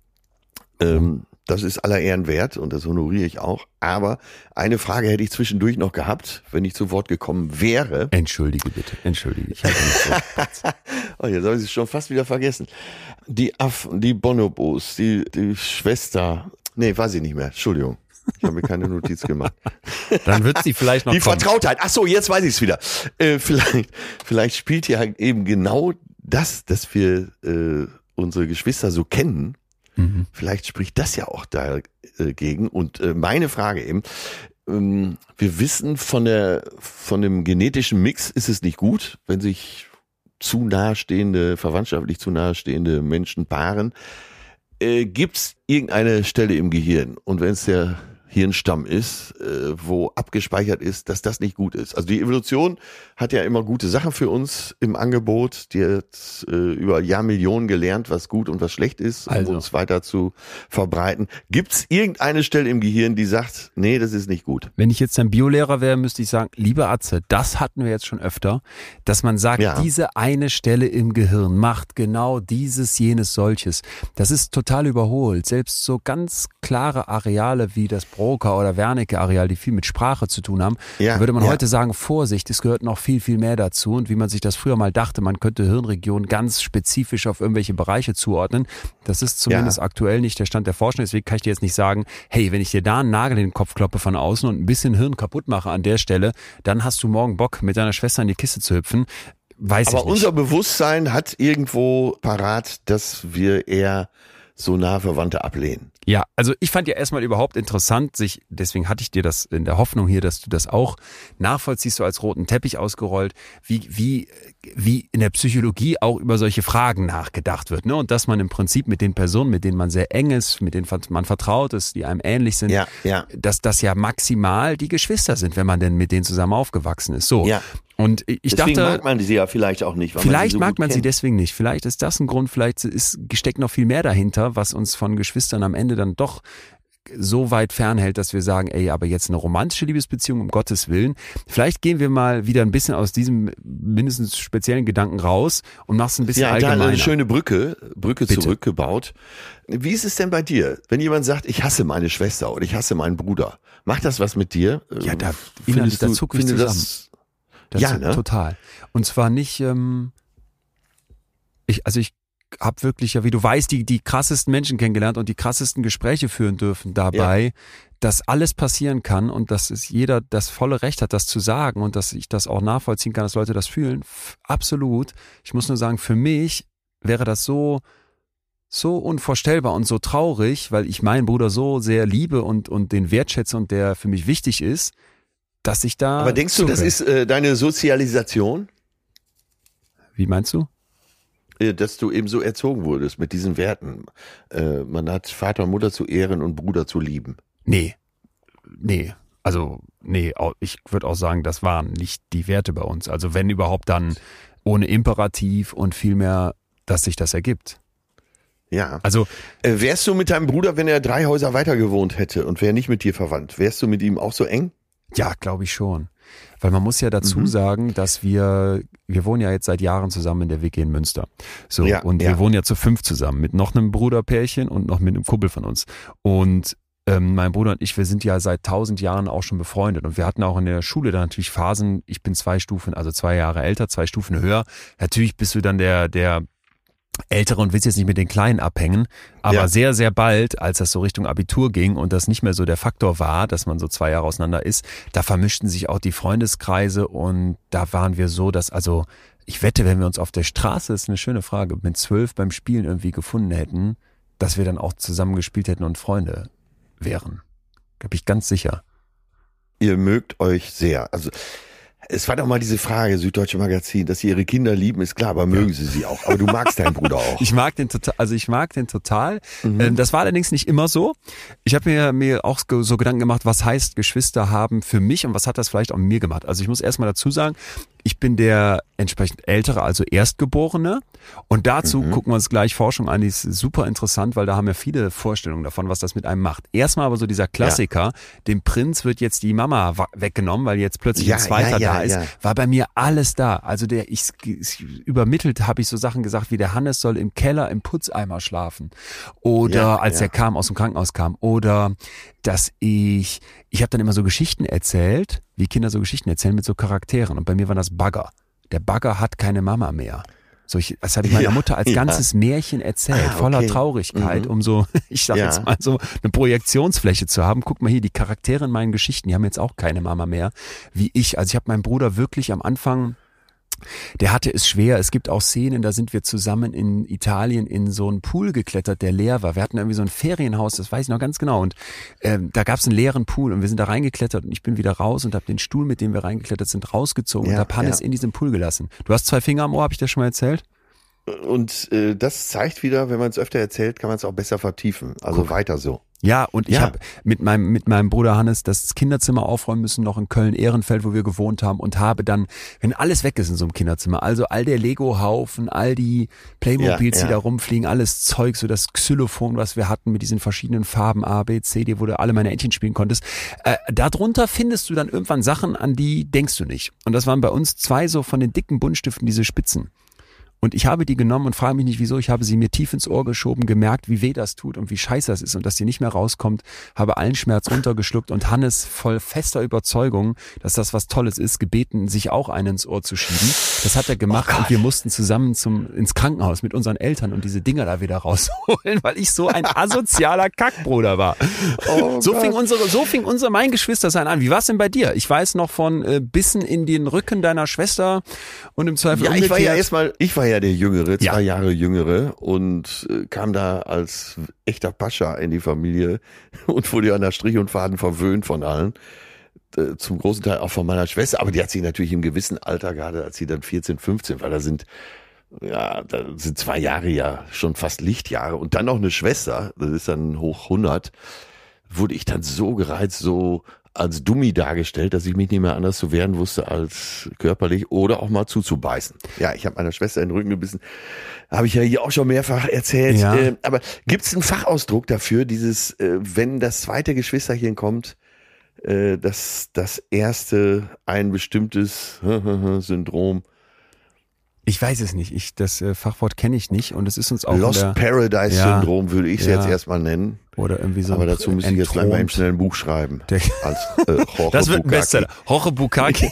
Ähm, das ist aller Ehren wert und das honoriere ich auch. Aber eine Frage hätte ich zwischendurch noch gehabt, wenn ich zu Wort gekommen wäre. Entschuldige bitte, entschuldige. Ich halte nicht so. Oh, jetzt habe ich es schon fast wieder vergessen. Die Affen, die Bonobos, die, die Schwester. Nee, weiß ich nicht mehr. Entschuldigung. Ich habe mir keine Notiz gemacht. Dann wird sie vielleicht noch Die kommen. Vertrautheit. Ach so, jetzt weiß ich es wieder. Äh, vielleicht, vielleicht spielt hier halt eben genau das, dass wir äh, unsere Geschwister so kennen. Mhm. Vielleicht spricht das ja auch dagegen. Und äh, meine Frage eben, ähm, wir wissen von der von dem genetischen Mix ist es nicht gut, wenn sich zu nahestehende, verwandtschaftlich zu nahestehende Menschen paaren. Äh, Gibt es irgendeine Stelle im Gehirn? Und wenn es der Hirnstamm ist, äh, wo abgespeichert ist, dass das nicht gut ist. Also die Evolution hat ja immer gute Sachen für uns im Angebot. Die hat äh, über Jahrmillionen gelernt, was gut und was schlecht ist, um Also. uns weiter zu verbreiten. Gibt es irgendeine Stelle im Gehirn, die sagt, nee, das ist nicht gut? Wenn ich jetzt ein Biolehrer wäre, müsste ich sagen, liebe Atze, das hatten wir jetzt schon öfter, dass man sagt, Ja. diese eine Stelle im Gehirn macht genau dieses, jenes, solches. Das ist total überholt. Selbst so ganz klare Areale wie das Broca- oder Wernicke-Areal, die viel mit Sprache zu tun haben, Ja, da würde man ja. heute sagen, Vorsicht, es gehört noch viel, viel mehr dazu. Und wie man sich das früher mal dachte, man könnte Hirnregionen ganz spezifisch auf irgendwelche Bereiche zuordnen, das ist zumindest Ja. aktuell nicht der Stand der Forschung. Deswegen kann ich dir jetzt nicht sagen, hey, wenn ich dir da einen Nagel in den Kopf kloppe von außen und ein bisschen Hirn kaputt mache an der Stelle, dann hast du morgen Bock, mit deiner Schwester in die Kiste zu hüpfen. Weiß Aber ich nicht. unser Bewusstsein hat irgendwo parat, dass wir eher so nahe Verwandte ablehnen. Ja, also ich fand ja erstmal überhaupt interessant, sich, deswegen hatte ich dir das in der Hoffnung hier, dass du das auch nachvollziehst, so als roten Teppich ausgerollt, wie, wie, wie in der Psychologie auch über solche Fragen nachgedacht wird, ne? Und dass man im Prinzip mit den Personen, mit denen man sehr eng ist, mit denen man vertraut ist, die einem ähnlich sind, Ja, ja. dass das ja maximal die Geschwister sind, wenn man denn mit denen zusammen aufgewachsen ist. So. Ja. Und ich Deswegen dachte, mag man sie ja vielleicht auch nicht. Weil vielleicht man sie so mag gut man sie kennt. deswegen nicht. Vielleicht ist das ein Grund, vielleicht ist, steckt noch viel mehr dahinter, was uns von Geschwistern am Ende dann doch so weit fernhält, dass wir sagen, ey, aber jetzt eine romantische Liebesbeziehung, um Gottes Willen. Vielleicht gehen wir mal wieder ein bisschen aus diesem mindestens speziellen Gedanken raus und mach's ein bisschen Ja, da allgemeiner. eine schöne Brücke, Brücke Bitte. zurückgebaut. Wie ist es denn bei dir? Wenn jemand sagt, ich hasse meine Schwester oder ich hasse meinen Bruder, macht das was mit dir? Ja, da Findest innerlich, da du- zuck ich findest du zusammen. das- Das Ja, ne? Total. Und zwar nicht, ähm, ich, also ich habe wirklich ja, wie du weißt, die, die krassesten Menschen kennengelernt und die krassesten Gespräche führen dürfen dabei, dass alles passieren kann und dass es jeder das volle Recht hat, das zu sagen und dass ich das auch nachvollziehen kann, dass Leute das fühlen. F- absolut. Ich muss nur sagen, für mich wäre das so, so unvorstellbar und so traurig, weil ich meinen Bruder so sehr liebe und, und den wertschätze und der für mich wichtig ist, dass ich da. Aber denkst du, das zucke. ist äh, deine Sozialisation, Wie meinst du? äh, dass du eben so erzogen wurdest mit diesen Werten? Äh, man hat Vater und Mutter zu ehren und Bruder zu lieben. Nee. Nee. Also, nee, au- ich würde auch sagen, das waren nicht die Werte bei uns. Also wenn überhaupt dann ohne Imperativ und vielmehr, dass sich das ergibt. Ja. Also, Äh, wärst du mit deinem Bruder, wenn er drei Häuser weiter gewohnt hätte und wäre nicht mit dir verwandt, wärst du mit ihm auch so eng? ja, glaube ich schon. Weil man muss ja dazu Mhm. sagen, dass wir, wir wohnen ja jetzt seit Jahren zusammen in der W G in Münster. So, Ja, und ja. wir wohnen ja zu fünf zusammen mit noch einem Bruderpärchen und noch mit einem Kumpel von uns. Und ähm, mein Bruder und ich, wir sind ja seit tausend Jahren auch schon befreundet und wir hatten auch in der Schule dann natürlich Phasen, ich bin zwei Stufen, also zwei Jahre älter, zwei Stufen höher. Natürlich bist du dann der, der Ältere und willst jetzt nicht mit den Kleinen abhängen, aber Ja. sehr, sehr bald, als das so Richtung Abitur ging und das nicht mehr so der Faktor war, dass man so zwei Jahre auseinander ist, da vermischten sich auch die Freundeskreise und da waren wir so, dass also, ich wette, wenn wir uns auf der Straße, ist eine schöne Frage, mit zwölf beim Spielen irgendwie gefunden hätten, dass wir dann auch zusammen gespielt hätten und Freunde wären. Da bin ich ganz sicher. Ihr mögt euch sehr. Also es war doch mal diese Frage, Süddeutsche Magazin, dass sie ihre Kinder lieben, ist klar, aber mögen sie sie auch. Aber du magst deinen Bruder auch. Ich mag den total, also ich mag den total. Mhm. Ähm, das war allerdings nicht immer so. Ich habe mir, mir auch so so Gedanken gemacht, was heißt Geschwister haben für mich und was hat das vielleicht auch mit mir gemacht. Also ich muss erstmal dazu sagen, ich bin der entsprechend ältere, also Erstgeborene. Und dazu Mhm. gucken wir uns gleich Forschung an, die ist super interessant, weil da haben wir viele Vorstellungen davon, was das mit einem macht. Erstmal aber so dieser Klassiker, dem Prinz wird jetzt die Mama wa- weggenommen, weil jetzt plötzlich Ja, ein Zweiter ja, ja, da ist. ja. War bei mir alles da. Also der, ich, ich übermittelt habe ich so Sachen gesagt, wie der Hannes soll im Keller im Putzeimer schlafen. Oder Ja, als ja. er kam, aus dem Krankenhaus kam. Oder dass ich, ich habe dann immer so Geschichten erzählt, wie Kinder so Geschichten erzählen mit so Charakteren. Und bei mir war das Bagger. Der Bagger hat keine Mama mehr. So ich, das habe ich meiner Ja, Mutter als ja. ganzes Märchen erzählt, Ah, voller okay. Traurigkeit, Mhm. um so, ich sag Ja. jetzt mal so, eine Projektionsfläche zu haben. Guck mal hier, die Charaktere in meinen Geschichten, die haben jetzt auch keine Mama mehr, wie ich. Also ich habe meinen Bruder wirklich am Anfang, der hatte es schwer. Es gibt auch Szenen, da sind wir zusammen in Italien in so einen Pool geklettert, der leer war. Wir hatten irgendwie so ein Ferienhaus, das weiß ich noch ganz genau. Und ähm, da gab es einen leeren Pool und wir sind da reingeklettert und ich bin wieder raus und habe den Stuhl, mit dem wir reingeklettert sind, rausgezogen Ja, und habe Hannes ja. in diesem Pool gelassen. Du hast zwei Finger am Ohr, habe ich dir schon mal erzählt? Und äh, das zeigt wieder, wenn man es öfter erzählt, kann man es auch besser vertiefen. Also Guck. weiter so. Ja, und ich Ja. habe mit meinem mit meinem Bruder Hannes das Kinderzimmer aufräumen müssen, noch in Köln-Ehrenfeld, wo wir gewohnt haben, und habe dann, wenn alles weg ist in so einem Kinderzimmer, also all der Lego-Haufen, all die Playmobils, Ja, ja. die da rumfliegen, alles Zeug, so das Xylophon, was wir hatten mit diesen verschiedenen Farben A, B, C, D, wo du alle meine Entchen spielen konntest, äh, darunter findest du dann irgendwann Sachen, an die denkst du nicht. Und das waren bei uns zwei so von den dicken Buntstiften, diese Spitzen. Und ich habe die genommen und frage mich nicht wieso, ich habe sie mir tief ins Ohr geschoben, gemerkt, wie weh das tut und wie scheiße das ist und dass die nicht mehr rauskommt, habe allen Schmerz runtergeschluckt und Hannes voll fester Überzeugung, dass das was Tolles ist, gebeten, sich auch einen ins Ohr zu schieben. Das hat er gemacht Oh und wir mussten zusammen zum ins Krankenhaus mit unseren Eltern und diese Dinger da wieder rausholen, weil ich so ein asozialer Kackbruder war. Oh so Gott. fing unsere, so fing unser mein Geschwistersein an. Wie war es denn bei dir? Ich weiß noch von äh, Bissen in den Rücken deiner Schwester und im Zweifel Ja, ich war umgekehrt. ja erstmal, ich war ja der Jüngere, zwei Ja. Jahre Jüngere und äh, kam da als echter Pascha in die Familie und wurde an der Strich und Faden verwöhnt von allen. Äh, zum großen Teil auch von meiner Schwester, aber die hat sich natürlich im gewissen Alter, gerade als sie dann vierzehn, fünfzehn, weil da sind, ja, da sind zwei Jahre ja schon fast Lichtjahre und dann noch eine Schwester, das ist dann hoch hundert, wurde ich dann so gereizt, so als Dummi dargestellt, dass ich mich nicht mehr anders zu wehren wusste als körperlich oder auch mal zuzubeißen. Ja, ich habe meiner Schwester in den Rücken gebissen. Habe ich ja hier auch schon mehrfach erzählt. Ja. Äh, aber gibt es einen Fachausdruck dafür, dieses, äh, wenn das zweite Geschwisterchen kommt, äh, dass das erste ein bestimmtes Syndrom, Ich weiß es nicht. Ich, das äh, Fachwort kenne ich nicht und es ist uns auch Lost in der, Paradise Ja. Syndrom würde ich es Ja. jetzt erstmal nennen. oder irgendwie so. Aber dazu müsste ich jetzt gleich mal eben entthront. schnell ein Buch schreiben. Der- Als äh, Jorge Das wird ein Bukaki. Bestseller. Jorge Bukaki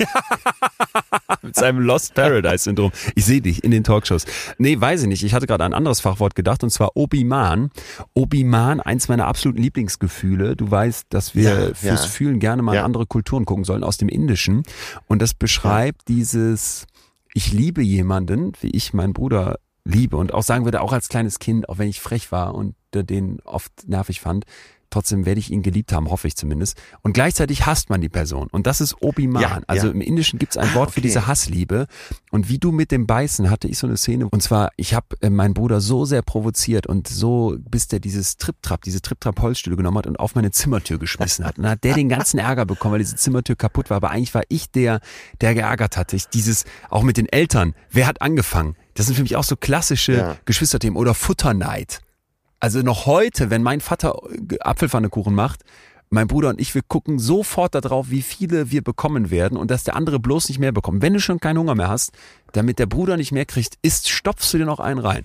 mit seinem Lost Paradise Syndrom. Ich sehe dich in den Talkshows. Nee, weiß ich nicht. Ich hatte gerade an ein anderes Fachwort gedacht und zwar Obi-Man. Obi-Man, eins meiner absoluten Lieblingsgefühle. Du weißt, dass wir Ja, fürs ja. Fühlen gerne mal in Ja. andere Kulturen gucken sollen, aus dem Indischen. Und das beschreibt dieses, ich liebe jemanden, wie ich meinen Bruder liebe und auch sagen würde, auch als kleines Kind, auch wenn ich frech war und äh, den oft nervig fand, trotzdem werde ich ihn geliebt haben, hoffe ich zumindest. Und gleichzeitig hasst man die Person. Und das ist Obi-Man. Ja, also ja. im Indischen gibt es ein Wort Ah, für okay. diese Hassliebe. Und wie du mit dem Beißen hatte ich so eine Szene. Und zwar, ich habe äh, meinen Bruder so sehr provoziert und so, bis der dieses Trip-Trap, diese Trip-Trap-Holzstühle genommen hat und auf meine Zimmertür geschmissen hat. Und dann hat der den ganzen Ärger bekommen, weil diese Zimmertür kaputt war. Aber eigentlich war ich der, der geärgert hatte. Ich dieses, auch mit den Eltern. Wer hat angefangen? Das sind für mich auch so klassische Ja. Geschwisterthemen oder Futterneid. Also noch heute, wenn mein Vater Apfelpfannekuchen macht, mein Bruder und ich, wir gucken sofort darauf, wie viele wir bekommen werden und dass der andere bloß nicht mehr bekommt. Wenn du schon keinen Hunger mehr hast, damit der Bruder nicht mehr kriegt, isst, stopfst du dir noch einen rein.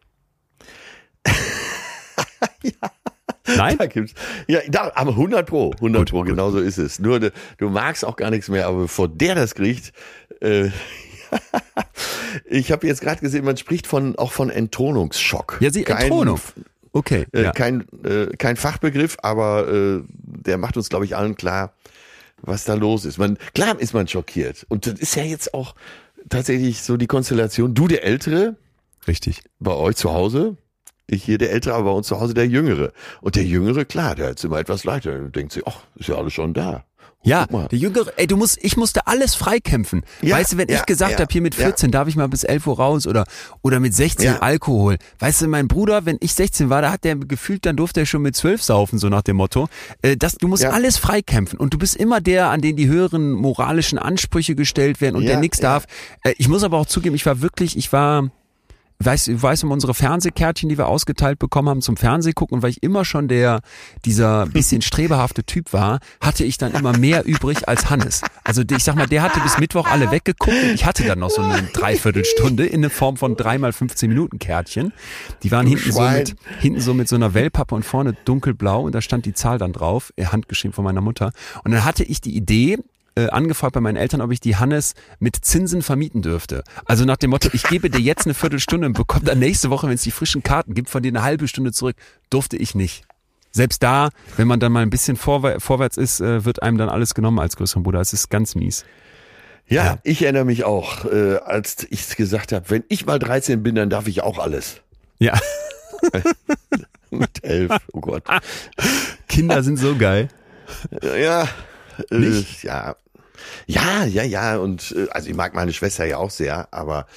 Nein? Da gibt's, ja, da, aber hundert Pro, hundert Gut, Pro, gut. genau so ist es. Nur, du, du magst auch gar nichts mehr, aber bevor der das kriegt, äh, ich habe jetzt gerade gesehen, man spricht von auch von Entthronungsschock. Ja, sie Kein- Entthronung. Okay, Äh, ja. kein, äh, kein Fachbegriff, aber äh, der macht uns, glaube ich, allen klar, was da los ist. Man, klar ist man schockiert. Und das ist ja jetzt auch tatsächlich so die Konstellation. Du der Ältere, Richtig. bei euch zu Hause, ich hier der Ältere, aber bei uns zu Hause der Jüngere. Und der Jüngere, klar, der hat es immer etwas leichter. Der denkt sich, ach, ist ja alles schon da. Ja, Guck mal. der Jüngere, ey, du musst, ich musste alles freikämpfen. Ja, weißt du, wenn ja, ich gesagt ja, habe, hier mit vierzehn darf ich mal bis elf Uhr raus oder, oder mit sechzehn Ja. Alkohol. Weißt du, mein Bruder, wenn ich sechzehn war, da hat der gefühlt, dann durfte er schon mit zwölf saufen, so nach dem Motto. Äh, das, du musst Ja. alles freikämpfen und du bist immer der, an den die höheren moralischen Ansprüche gestellt werden und Ja, der nichts ja. darf. Äh, ich muss aber auch zugeben, ich war wirklich, ich war... Weißt du, weißt um unsere Fernsehkärtchen, die wir ausgeteilt bekommen haben zum Fernsehgucken, und weil ich immer schon der, dieser bisschen strebehafte Typ war, hatte ich dann immer mehr übrig als Hannes. Also ich sag mal, der hatte bis Mittwoch alle weggeguckt und ich hatte dann noch so eine Dreiviertelstunde in der Form von dreimal fünfzehn Minuten Kärtchen. Die waren Du hinten so, Schwein. mit, hinten so mit so einer Wellpappe und vorne dunkelblau und da stand die Zahl dann drauf, äh, handgeschrieben von meiner Mutter. Und dann hatte ich die Idee, Äh, angefragt bei meinen Eltern, ob ich die Hannes mit Zinsen vermieten dürfte. Also nach dem Motto, ich gebe dir jetzt eine Viertelstunde und bekomme dann nächste Woche, wenn es die frischen Karten gibt, von dir eine halbe Stunde zurück. Durfte ich nicht. Selbst da, wenn man dann mal ein bisschen vorwär- vorwärts ist, äh, wird einem dann alles genommen als größeren Bruder. Es ist ganz mies. Ja, Ja. ich erinnere mich auch, äh, als ich gesagt habe, wenn ich mal dreizehn bin, dann darf ich auch alles. Ja, Mit elf, oh Gott. Kinder sind so geil. Ja, äh, Nicht? ja. Ja, ja, ja. Und äh, also ich mag meine Schwester ja auch sehr, aber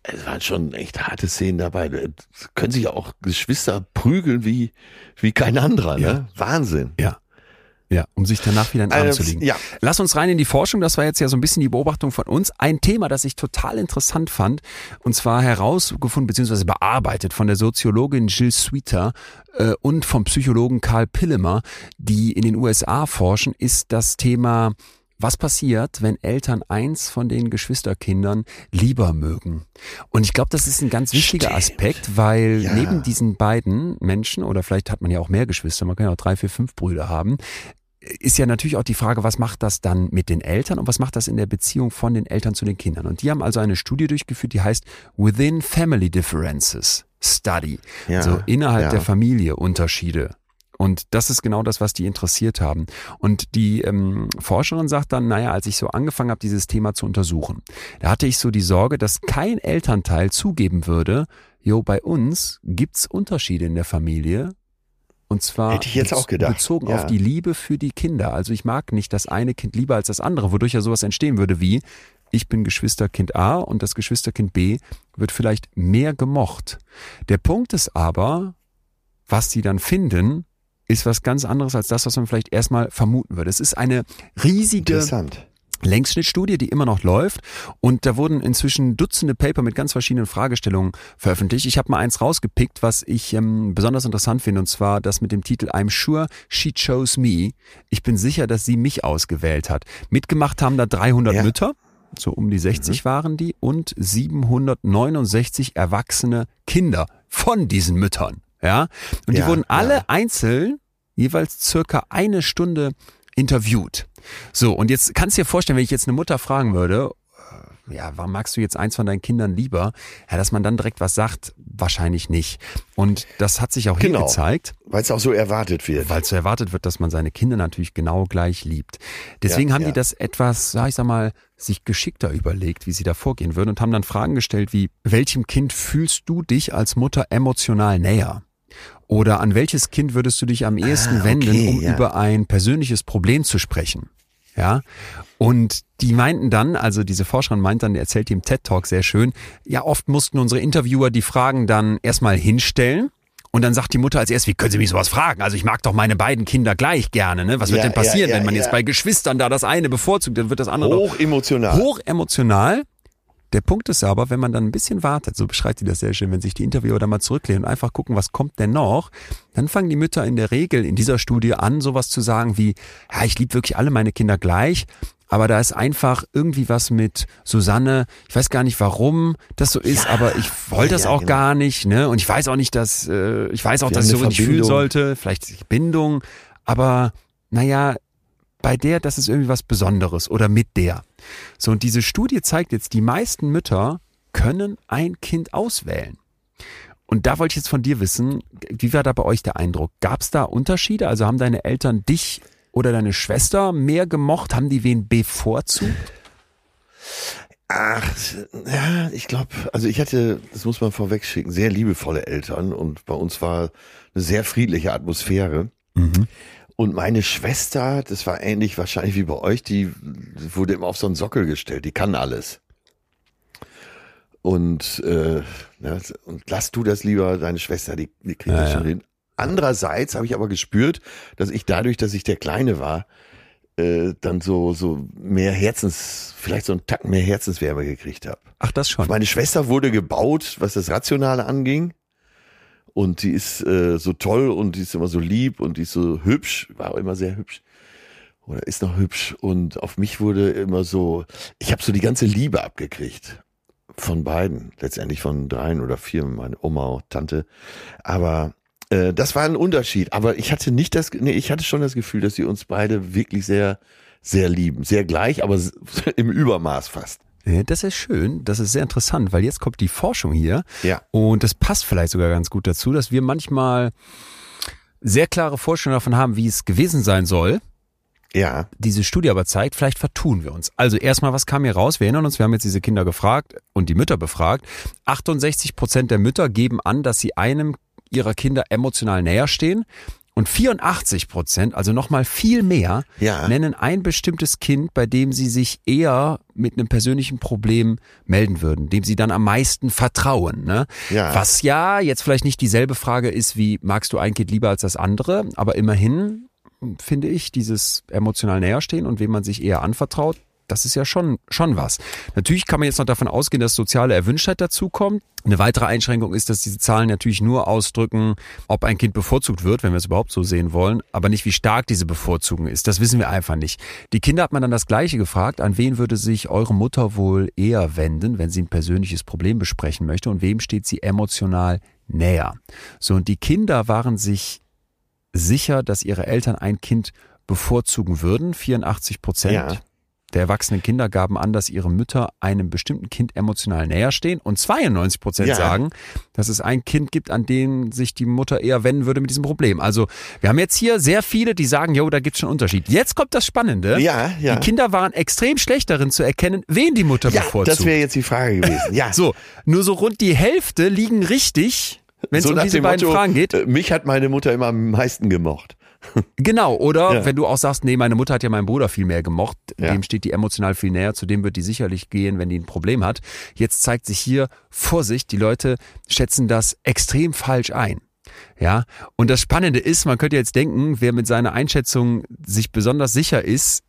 es waren schon echt harte Szenen dabei. Da können sich auch Geschwister prügeln wie, wie kein anderer, Ja. ne? Wahnsinn. Ja. Ja, um sich danach wieder in den Arm Äh, zu legen. ja. Lass uns rein in die Forschung. Das war jetzt ja so ein bisschen die Beobachtung von uns. Ein Thema, das ich total interessant fand, und zwar herausgefunden bzw. bearbeitet von der Soziologin Jill Sweeter äh, und vom Psychologen Karl Pillemer, die in den U S A forschen, ist das Thema, was passiert, wenn Eltern eins von den Geschwisterkindern lieber mögen? Und ich glaube, das ist ein ganz wichtiger Stimmt. Aspekt, weil Ja. neben diesen beiden Menschen, oder vielleicht hat man ja auch mehr Geschwister, man kann ja auch drei, vier, fünf Brüder haben, ist ja natürlich auch die Frage, was macht das dann mit den Eltern und was macht das in der Beziehung von den Eltern zu den Kindern? Und die haben also eine Studie durchgeführt, die heißt Within Family Differences Study, Ja. also innerhalb Ja. der Familie Unterschiede. Und das ist genau das, was die interessiert haben. Und die ähm, Forscherin sagt dann, naja, als ich so angefangen habe, dieses Thema zu untersuchen, da hatte ich so die Sorge, dass kein Elternteil zugeben würde, jo, bei uns gibt's Unterschiede in der Familie. Und zwar Hätte ich jetzt auch gedacht. bezogen Ja. auf die Liebe für die Kinder. Also ich mag nicht das eine Kind lieber als das andere, wodurch ja sowas entstehen würde wie, ich bin Geschwisterkind A und das Geschwisterkind B wird vielleicht mehr gemocht. Der Punkt ist aber, was sie dann finden, ist was ganz anderes als das, was man vielleicht erstmal vermuten würde. Es ist eine riesige Interessant. Längsschnittstudie, die immer noch läuft, und da wurden inzwischen Dutzende Paper mit ganz verschiedenen Fragestellungen veröffentlicht. Ich habe mal eins rausgepickt, was ich ähm, besonders interessant finde, und zwar das mit dem Titel I'm sure she chose me. Ich bin sicher, dass sie mich ausgewählt hat. Mitgemacht haben da dreihundert Ja. Mütter, so um die sechzig Mhm. waren die, und siebenhundertneunundsechzig erwachsene Kinder von diesen Müttern. Ja, und die Ja, wurden alle ja. einzeln jeweils circa eine Stunde interviewt. So, und jetzt kannst du dir vorstellen, wenn ich jetzt eine Mutter fragen würde, äh, ja, warum magst du jetzt eins von deinen Kindern lieber? Ja, dass man dann direkt was sagt, wahrscheinlich nicht. Und das hat sich auch hier Genau. gezeigt, Weil es auch so erwartet wird. weil so erwartet wird, dass man seine Kinder natürlich genau gleich liebt. Deswegen Ja, haben ja. die das etwas, sag ich sag mal, sich geschickter überlegt, wie sie da vorgehen würden, und haben dann Fragen gestellt wie, welchem Kind fühlst du dich als Mutter emotional näher? Oder an welches Kind würdest du dich am ehesten Ah, wenden, okay, um ja. über ein persönliches Problem zu sprechen? Ja, und die meinten dann, also diese Forscherin meint dann, die erzählt die im TED-Talk sehr schön, ja, oft mussten unsere Interviewer die Fragen dann erstmal hinstellen. Und dann sagt die Mutter als erstes, wie können Sie mich sowas fragen? Also ich mag doch meine beiden Kinder gleich gerne. Ne? Was wird Ja, denn passieren, ja, ja, wenn man ja. jetzt bei Geschwistern da das eine bevorzugt, dann wird das andere doch Hoch emotional. hoch emotional. Der Punkt ist aber, wenn man dann ein bisschen wartet, so beschreibt sie das sehr schön, wenn sich die Interviewer da mal zurücklehnen und einfach gucken, was kommt denn noch, dann fangen die Mütter in der Regel in dieser Studie an, sowas zu sagen wie, ja, ich liebe wirklich alle meine Kinder gleich, aber da ist einfach irgendwie was mit Susanne, ich weiß gar nicht, warum das so ist, Ja, aber ich wollte das ja, auch genau. gar nicht, ne? Und ich weiß auch nicht, dass, äh, ich weiß auch, Wir dass ich haben so eine nicht fühlen Verbindung. sollte, vielleicht Bindung, aber naja, bei der, das ist irgendwie was Besonderes oder mit der. So, und diese Studie zeigt jetzt, die meisten Mütter können ein Kind auswählen. Und da wollte ich jetzt von dir wissen, wie war da bei euch der Eindruck? Gab es da Unterschiede? Also haben deine Eltern dich oder deine Schwester mehr gemocht? Haben die wen bevorzugt? Ach, ja, ich glaube, also ich hatte, das muss man vorweg schicken, sehr liebevolle Eltern, und bei uns war eine sehr friedliche Atmosphäre. Mhm. Und meine Schwester, das war ähnlich wahrscheinlich wie bei euch, die wurde immer auf so einen Sockel gestellt, die kann alles. Und, äh, ja, und lass du das lieber, deine Schwester, die, die kriegt Ja, das schon ja. hin. Andererseits habe ich aber gespürt, dass ich dadurch, dass ich der Kleine war, äh, dann so so mehr Herzens, vielleicht so einen Tacken mehr Herzenswärme gekriegt habe. Ach, das schon. Meine Schwester wurde gebaut, was das Rationale anging. Und die ist äh, so toll und die ist immer so lieb und die ist so hübsch, war auch immer sehr hübsch. Oder ist noch hübsch. Und auf mich wurde immer so, ich habe so die ganze Liebe abgekriegt. Von beiden, letztendlich von dreien oder vier, meine Oma und Tante. Aber äh, das war ein Unterschied. Aber ich hatte nicht das, nee, ich hatte schon das Gefühl, dass sie uns beide wirklich sehr, sehr lieben. Sehr gleich, aber im Übermaß fast. Ja, das ist schön, das ist sehr interessant, weil jetzt kommt die Forschung hier. Ja. Und das passt vielleicht sogar ganz gut dazu, dass wir manchmal sehr klare Vorstellungen davon haben, wie es gewesen sein soll. Ja. Diese Studie aber zeigt, vielleicht vertun wir uns. Also erstmal, was kam hier raus? Wir erinnern uns, wir haben jetzt diese Kinder gefragt und die Mütter befragt. achtundsechzig Prozent der Mütter geben an, dass sie einem ihrer Kinder emotional näher stehen. Und vierundachtzig Prozent, also nochmal viel mehr, Ja. nennen ein bestimmtes Kind, bei dem sie sich eher mit einem persönlichen Problem melden würden, dem sie dann am meisten vertrauen. Ne? Ja. Was ja jetzt vielleicht nicht dieselbe Frage ist, wie magst du ein Kind lieber als das andere, aber immerhin finde ich, dieses emotional näherstehen und wem man sich eher anvertraut, das ist ja schon, schon was. Natürlich kann man jetzt noch davon ausgehen, dass soziale Erwünschtheit dazukommt. Eine weitere Einschränkung ist, dass diese Zahlen natürlich nur ausdrücken, ob ein Kind bevorzugt wird, wenn wir es überhaupt so sehen wollen, aber nicht, wie stark diese Bevorzugung ist. Das wissen wir einfach nicht. Die Kinder hat man dann das Gleiche gefragt, an wen würde sich eure Mutter wohl eher wenden, wenn sie ein persönliches Problem besprechen möchte und wem steht sie emotional näher. So, und die Kinder waren sich sicher, dass ihre Eltern ein Kind bevorzugen würden, vierundachtzig Prozent. Ja. Der erwachsenen Kinder gaben an, dass ihre Mütter einem bestimmten Kind emotional näher stehen und zweiundneunzig Prozent Ja. sagen, dass es ein Kind gibt, an den sich die Mutter eher wenden würde mit diesem Problem. Also wir haben jetzt hier sehr viele, die sagen, jo, da gibt's schon Unterschied. Jetzt kommt das Spannende. Ja, ja. Die Kinder waren extrem schlecht darin zu erkennen, wen die Mutter Ja, bevorzugt. das wäre jetzt die Frage gewesen. Ja. So, nur so rund die Hälfte liegen richtig, wenn es So um nach diese dem beiden Motto, Fragen geht. äh, Mich hat meine Mutter immer am meisten gemocht. Genau, oder Ja. wenn du auch sagst, nee, meine Mutter hat ja meinen Bruder viel mehr gemocht, Ja. dem steht die emotional viel näher, zu dem wird die sicherlich gehen, wenn die ein Problem hat. Jetzt zeigt sich hier, Vorsicht, die Leute schätzen das extrem falsch ein. Ja, und das Spannende ist, man könnte jetzt denken, wer mit seiner Einschätzung sich besonders sicher ist,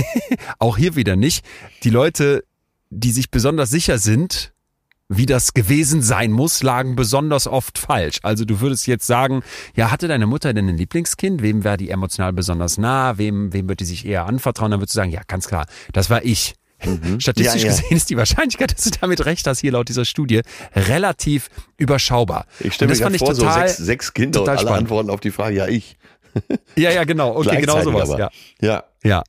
auch hier wieder nicht, die Leute, die sich besonders sicher sind, wie das gewesen sein muss, lagen besonders oft falsch. Also du würdest jetzt sagen, ja, hatte deine Mutter denn ein Lieblingskind? Wem wäre die emotional besonders nah? Wem, wem wird die sich eher anvertrauen? Dann würdest du sagen, ja, ganz klar, das war ich. Mhm. Statistisch Ja, ja. gesehen ist die Wahrscheinlichkeit, dass du damit recht hast, hier laut dieser Studie, relativ überschaubar. Ich stelle mir Und das fand gerade ich vor, total, so sechs, sechs Kinder und total alle spannend. antworten auf die Frage, ja, ich. Ja, ja, genau. Okay, genau Gleichzeitig sowas. aber. Ja. Ja. Ja.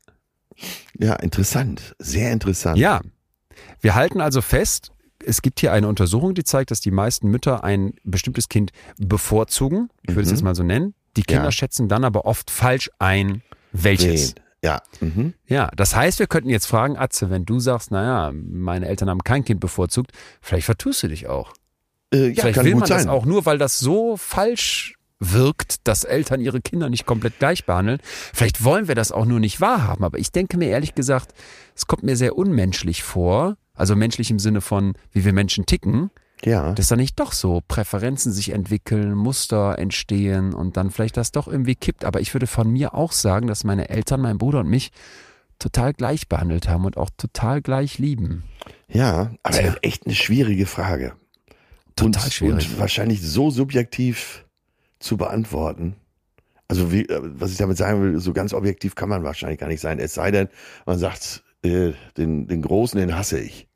Ja, interessant. Sehr interessant. Ja. Wir halten also fest, es gibt hier eine Untersuchung, die zeigt, dass die meisten Mütter ein bestimmtes Kind bevorzugen. Ich würde es Mhm. jetzt mal so nennen. Die Kinder Ja. schätzen dann aber oft falsch ein, welches. Wen? Ja. Mhm. Ja, das heißt, wir könnten jetzt fragen, Atze, wenn du sagst, naja, meine Eltern haben kein Kind bevorzugt, vielleicht vertust du dich auch. Äh, ja, vielleicht kann will gut man sein. das auch nur, weil das so falsch wirkt, dass Eltern ihre Kinder nicht komplett gleich behandeln. Vielleicht wollen wir das auch nur nicht wahrhaben, aber ich denke mir ehrlich gesagt, es kommt mir sehr unmenschlich vor, also menschlich im Sinne von, wie wir Menschen ticken, Ja. dass da nicht doch so Präferenzen sich entwickeln, Muster entstehen und dann vielleicht das doch irgendwie kippt. Aber ich würde von mir auch sagen, dass meine Eltern, mein Bruder und mich total gleich behandelt haben und auch total gleich lieben. Ja, aber Tja. echt eine schwierige Frage. Total und, schwierig. Und wahrscheinlich so subjektiv zu beantworten. Also wie, äh, was ich damit sagen will, so ganz objektiv kann man wahrscheinlich gar nicht sein. Es sei denn, man sagt, äh, den, den Großen, den hasse ich.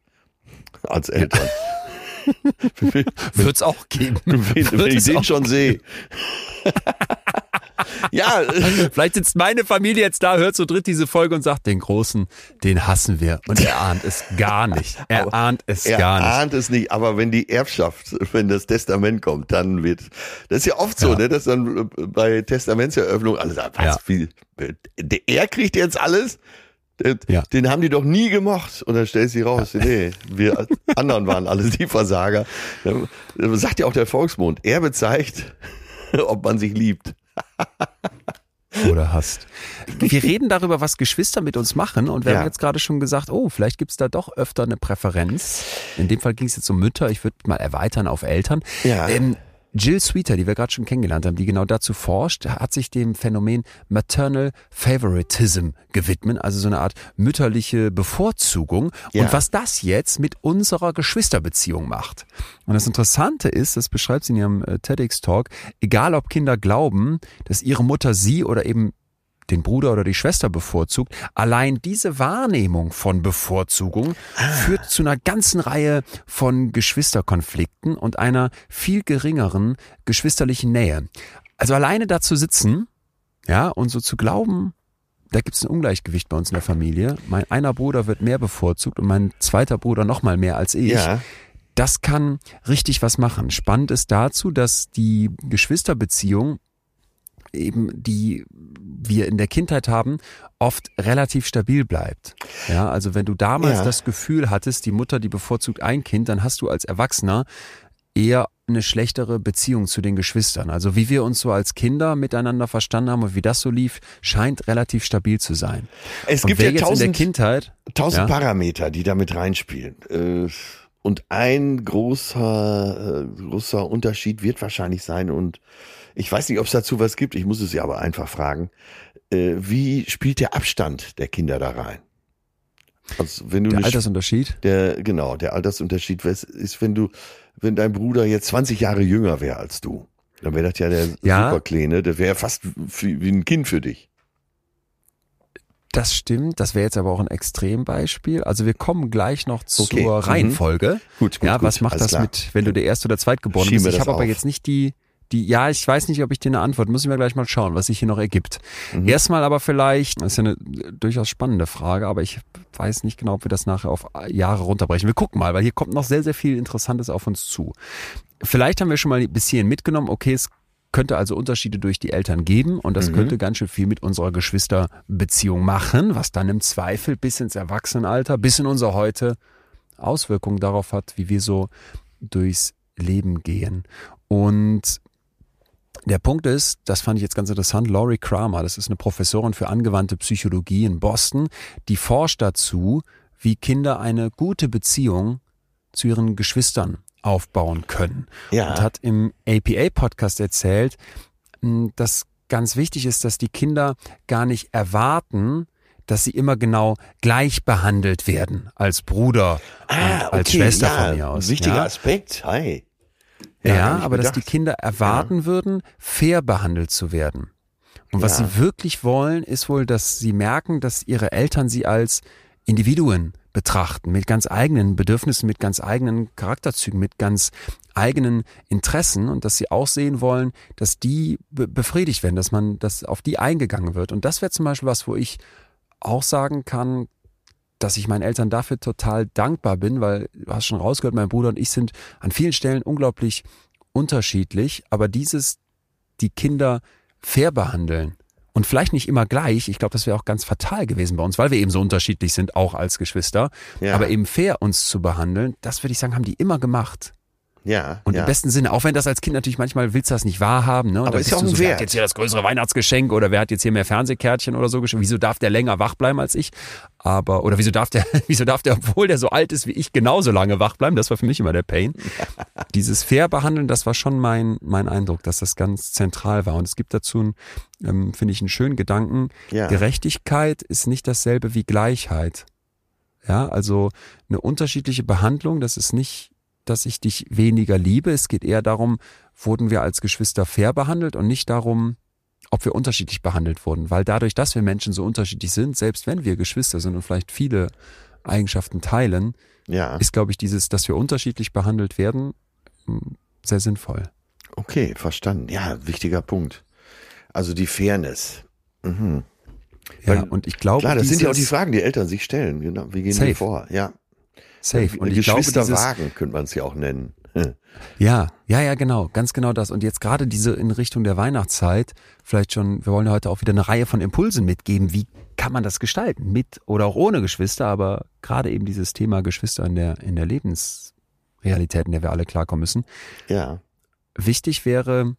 Als Eltern. Wird es auch geben. wenn, Wird wenn ich es den auch schon sehe. Ja, äh, Vielleicht sitzt meine Familie jetzt da, hört so dritt diese Folge und sagt, den Großen, den hassen wir. Und er ahnt es gar nicht. Er Aber ahnt es er gar nicht. ahnt es nicht, aber wenn die Erbschaft, wenn das Testament kommt, dann wird, das ist ja oft so, Ja. ne, dass dann äh, bei Testamentseröffnung alle sagen, was, Ja. wie, der, er kriegt jetzt alles? Den, Ja. den haben die doch nie gemocht. Und dann stellt sie raus, nee, wir anderen waren alles die Versager. Dann sagt ja auch der Volksmund, Erbe zeigt, ob man sich liebt. Oder hasst. Wir reden darüber, was Geschwister mit uns machen und wir Ja. haben jetzt gerade schon gesagt, oh, vielleicht gibt's da doch öfter eine Präferenz. In dem Fall ging es jetzt um Mütter, ich würde mal erweitern auf Eltern. Ja. Ähm, Jill Sweeter, die wir gerade schon kennengelernt haben, die genau dazu forscht, hat sich dem Phänomen Maternal Favoritism gewidmet, also so eine Art mütterliche Bevorzugung Ja. und was das jetzt mit unserer Geschwisterbeziehung macht. Und das Interessante ist, das beschreibt sie in ihrem äh, TEDx-Talk, egal ob Kinder glauben, dass ihre Mutter sie oder eben den Bruder oder die Schwester bevorzugt. Allein diese Wahrnehmung von Bevorzugung führt zu einer ganzen Reihe von Geschwisterkonflikten und einer viel geringeren geschwisterlichen Nähe. Also alleine da zu sitzen, ja, und so zu glauben, da gibt es ein Ungleichgewicht bei uns in der Familie. Mein einer Bruder wird mehr bevorzugt und mein zweiter Bruder noch mal mehr als ich. Ja. Das kann richtig was machen. Spannend ist dazu, dass die Geschwisterbeziehung eben, die wir in der Kindheit haben, oft relativ stabil bleibt. Ja, also wenn du damals Ja. das Gefühl hattest, die Mutter, die bevorzugt ein Kind, dann hast du als Erwachsener eher eine schlechtere Beziehung zu den Geschwistern. Also wie wir uns so als Kinder miteinander verstanden haben und wie das so lief, scheint relativ stabil zu sein. Es und gibt wer ja jetzt tausend, in der Kindheit, tausend ja? Parameter, die da mit reinspielen. Und ein großer, großer Unterschied wird wahrscheinlich sein, und ich weiß nicht, ob es dazu was gibt, ich muss es ja aber einfach fragen, wie spielt der Abstand der Kinder da rein? Also wenn du Der eine, Altersunterschied? Der, genau, der Altersunterschied ist, wenn du, wenn dein Bruder jetzt zwanzig Jahre jünger wäre als du, dann wäre das ja der Ja. Superkleine, der wäre fast wie, wie ein Kind für dich. Das stimmt, das wäre jetzt aber auch ein Extrembeispiel. Also wir kommen gleich noch zur Okay. Mhm. Reihenfolge. Gut, gut, ja, gut. was macht Alles das klar. mit, wenn du der Erste oder Zweitgeborene Schieben bist? wir Ich das habe aber auf. jetzt nicht die, die, ja, ich weiß nicht, ob ich dir eine Antwort, muss ich mir gleich mal schauen, was sich hier noch ergibt. Mhm. Erstmal aber vielleicht, das ist ja eine durchaus spannende Frage, aber ich weiß nicht genau, ob wir das nachher auf Jahre runterbrechen. Wir gucken mal, weil hier kommt noch sehr, sehr viel Interessantes auf uns zu. Vielleicht haben wir schon mal bis hierhin mitgenommen, okay, es könnte also Unterschiede durch die Eltern geben und das Mhm. könnte ganz schön viel mit unserer Geschwisterbeziehung machen, was dann im Zweifel bis ins Erwachsenenalter, bis in unser Heute Auswirkungen darauf hat, wie wir so durchs Leben gehen. Und der Punkt ist, das fand ich jetzt ganz interessant, Laurie Kramer, das ist eine Professorin für angewandte Psychologie in Boston, die forscht dazu, wie Kinder eine gute Beziehung zu ihren Geschwistern aufbauen können. Ja. Und hat im A P A-Podcast erzählt, dass ganz wichtig ist, dass die Kinder gar nicht erwarten, dass sie immer genau gleich behandelt werden als Bruder Ah, und als okay, Schwester ja, von mir aus. wichtiger ja? Aspekt. Hi. Ja, hab ich aber dass die bedacht. Kinder erwarten würden, fair behandelt zu werden. Und was Ja. sie wirklich wollen, ist wohl, dass sie merken, dass ihre Eltern sie als Individuen betrachten, mit ganz eigenen Bedürfnissen, mit ganz eigenen Charakterzügen, mit ganz eigenen Interessen und dass sie auch sehen wollen, dass die be- befriedigt werden, dass man, dass auf die eingegangen wird. Und das wäre zum Beispiel was, wo ich auch sagen kann, dass ich meinen Eltern dafür total dankbar bin, weil du hast schon rausgehört, mein Bruder und ich sind an vielen Stellen unglaublich unterschiedlich, aber dieses, die Kinder fair behandeln und vielleicht nicht immer gleich, ich glaube, das wäre auch ganz fatal gewesen bei uns, weil wir eben so unterschiedlich sind, auch als Geschwister, Ja. aber eben fair uns zu behandeln, das würde ich sagen, haben die immer gemacht. Ja, Und ja. im besten Sinne, auch wenn das als Kind natürlich manchmal willst du das nicht wahrhaben, ne? Und Aber dann ist bist ja auch du ein so, wer Wert. hat jetzt hier das größere Weihnachtsgeschenk oder wer hat jetzt hier mehr Fernsehkärtchen oder so geschenkt? Wieso darf der länger wach bleiben als ich? Aber, oder wieso darf der, wieso darf der, obwohl der so alt ist wie ich, genauso lange wach bleiben? Das war für mich immer der Pain. Dieses fair behandeln, das war schon mein, mein Eindruck, dass das ganz zentral war. Und es gibt dazu, einen, ähm, finde ich, einen schönen Gedanken. Ja. Gerechtigkeit ist nicht dasselbe wie Gleichheit. Ja, also eine unterschiedliche Behandlung, das ist nicht, dass ich dich weniger liebe. Es geht eher darum, wurden wir als Geschwister fair behandelt und nicht darum, ob wir unterschiedlich behandelt wurden. Weil dadurch, dass wir Menschen so unterschiedlich sind, selbst wenn wir Geschwister sind und vielleicht viele Eigenschaften teilen, Ja, ist, glaube ich, dieses, dass wir unterschiedlich behandelt werden, sehr sinnvoll. okay, verstanden. Ja, wichtiger Punkt. Also die Fairness. Mhm. Ja, Weil- und ich glaube, Klar, das sind ja auch die dieses- Fragen, die Eltern sich stellen. Genau. Wie gehen Safe. wir vor? Ja. safe. Und ich glaube, dieses, Geschwisterwagen könnte man es ja auch nennen. Ja, ja, ja, genau, ganz genau das. Und jetzt gerade diese in Richtung der Weihnachtszeit, vielleicht schon, wir wollen ja heute auch wieder eine Reihe von Impulsen mitgeben. Wie kann man das gestalten? Mit oder auch ohne Geschwister, aber gerade eben dieses Thema Geschwister in der, in der Lebensrealität, in der wir alle klarkommen müssen. Ja. Wichtig wäre,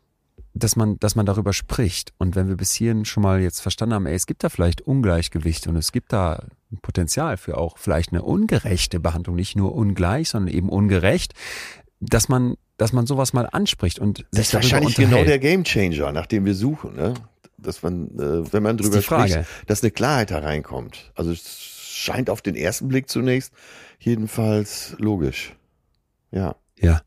dass man, dass man darüber spricht. Und wenn wir bis hierhin schon mal jetzt verstanden haben, ey, es gibt da vielleicht Ungleichgewichte und es gibt da ein Potenzial für auch vielleicht eine ungerechte Behandlung, nicht nur ungleich, sondern eben ungerecht, dass man, dass man sowas mal anspricht und Das sich ist darüber wahrscheinlich unterhält. genau der Gamechanger, nach dem wir suchen, ne? Dass man, äh, wenn man Das ist drüber die Frage. spricht, dass eine Klarheit hereinkommt. Also es scheint auf den ersten Blick zunächst jedenfalls logisch. Ja. Ja.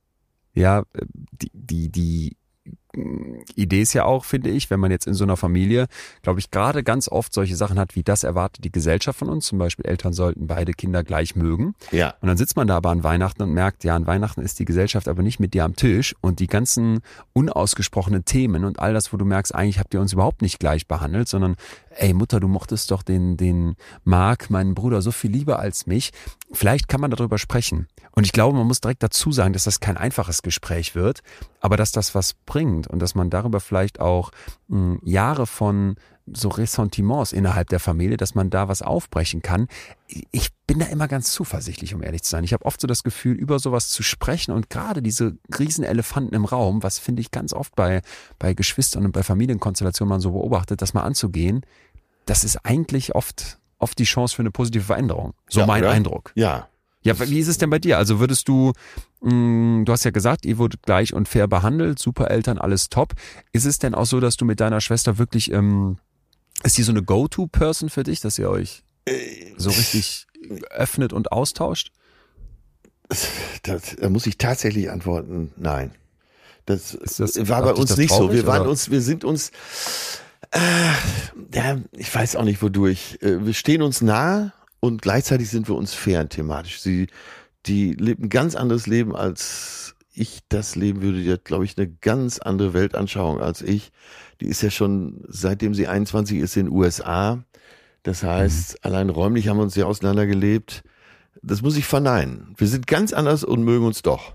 Ja, äh, die, die, die mh, Idee ist ja auch, finde ich, wenn man jetzt in so einer Familie, glaube ich, gerade ganz oft solche Sachen hat, wie das erwartet die Gesellschaft von uns. Zum Beispiel Eltern sollten beide Kinder gleich mögen. Ja. Und dann sitzt man da aber an Weihnachten und merkt, ja, an Weihnachten ist die Gesellschaft aber nicht mit dir am Tisch und die ganzen unausgesprochenen Themen und all das, wo du merkst, eigentlich habt ihr uns überhaupt nicht gleich behandelt, sondern ey Mutter, du mochtest doch den, den Marc, meinen Bruder, so viel lieber als mich. Vielleicht kann man darüber sprechen. Und ich glaube, man muss direkt dazu sagen, dass das kein einfaches Gespräch wird, aber dass das was bringt und dass man darüber vielleicht auch mh, Jahre von so Ressentiments innerhalb der Familie, dass man da was aufbrechen kann. Ich bin da immer ganz zuversichtlich, um ehrlich zu sein. Ich habe oft so das Gefühl, über sowas zu sprechen und gerade diese Riesenelefanten im Raum, was finde ich ganz oft bei, bei Geschwistern und bei Familienkonstellationen man so beobachtet, das mal anzugehen, das ist eigentlich oft, oft die Chance für eine positive Veränderung. So ja, mein oder? Eindruck. Ja. Ja, wie ist es denn bei dir? Also würdest du, mh, du hast ja gesagt, ihr wurdet gleich und fair behandelt, super Eltern, alles top. Ist es denn auch so, dass du mit deiner Schwester wirklich, ähm, ist die so eine Go-To-Person für dich, dass ihr euch so richtig öffnet und austauscht? Das, da muss ich tatsächlich antworten, nein. Das, das war bei uns nicht so. Wir waren oder? uns, wir sind uns, äh, ja, ich weiß auch nicht wodurch. Wir stehen uns nahe und gleichzeitig sind wir uns fern thematisch. Sie, die lebt ein ganz anderes Leben, als ich das leben würde. Die hat, glaube ich, eine ganz andere Weltanschauung als ich. Die ist ja schon, seitdem sie einundzwanzig ist, in den U S A. Das heißt, mhm. allein räumlich haben wir uns sehr auseinandergelebt. Das muss ich verneinen. Wir sind ganz anders und mögen uns doch.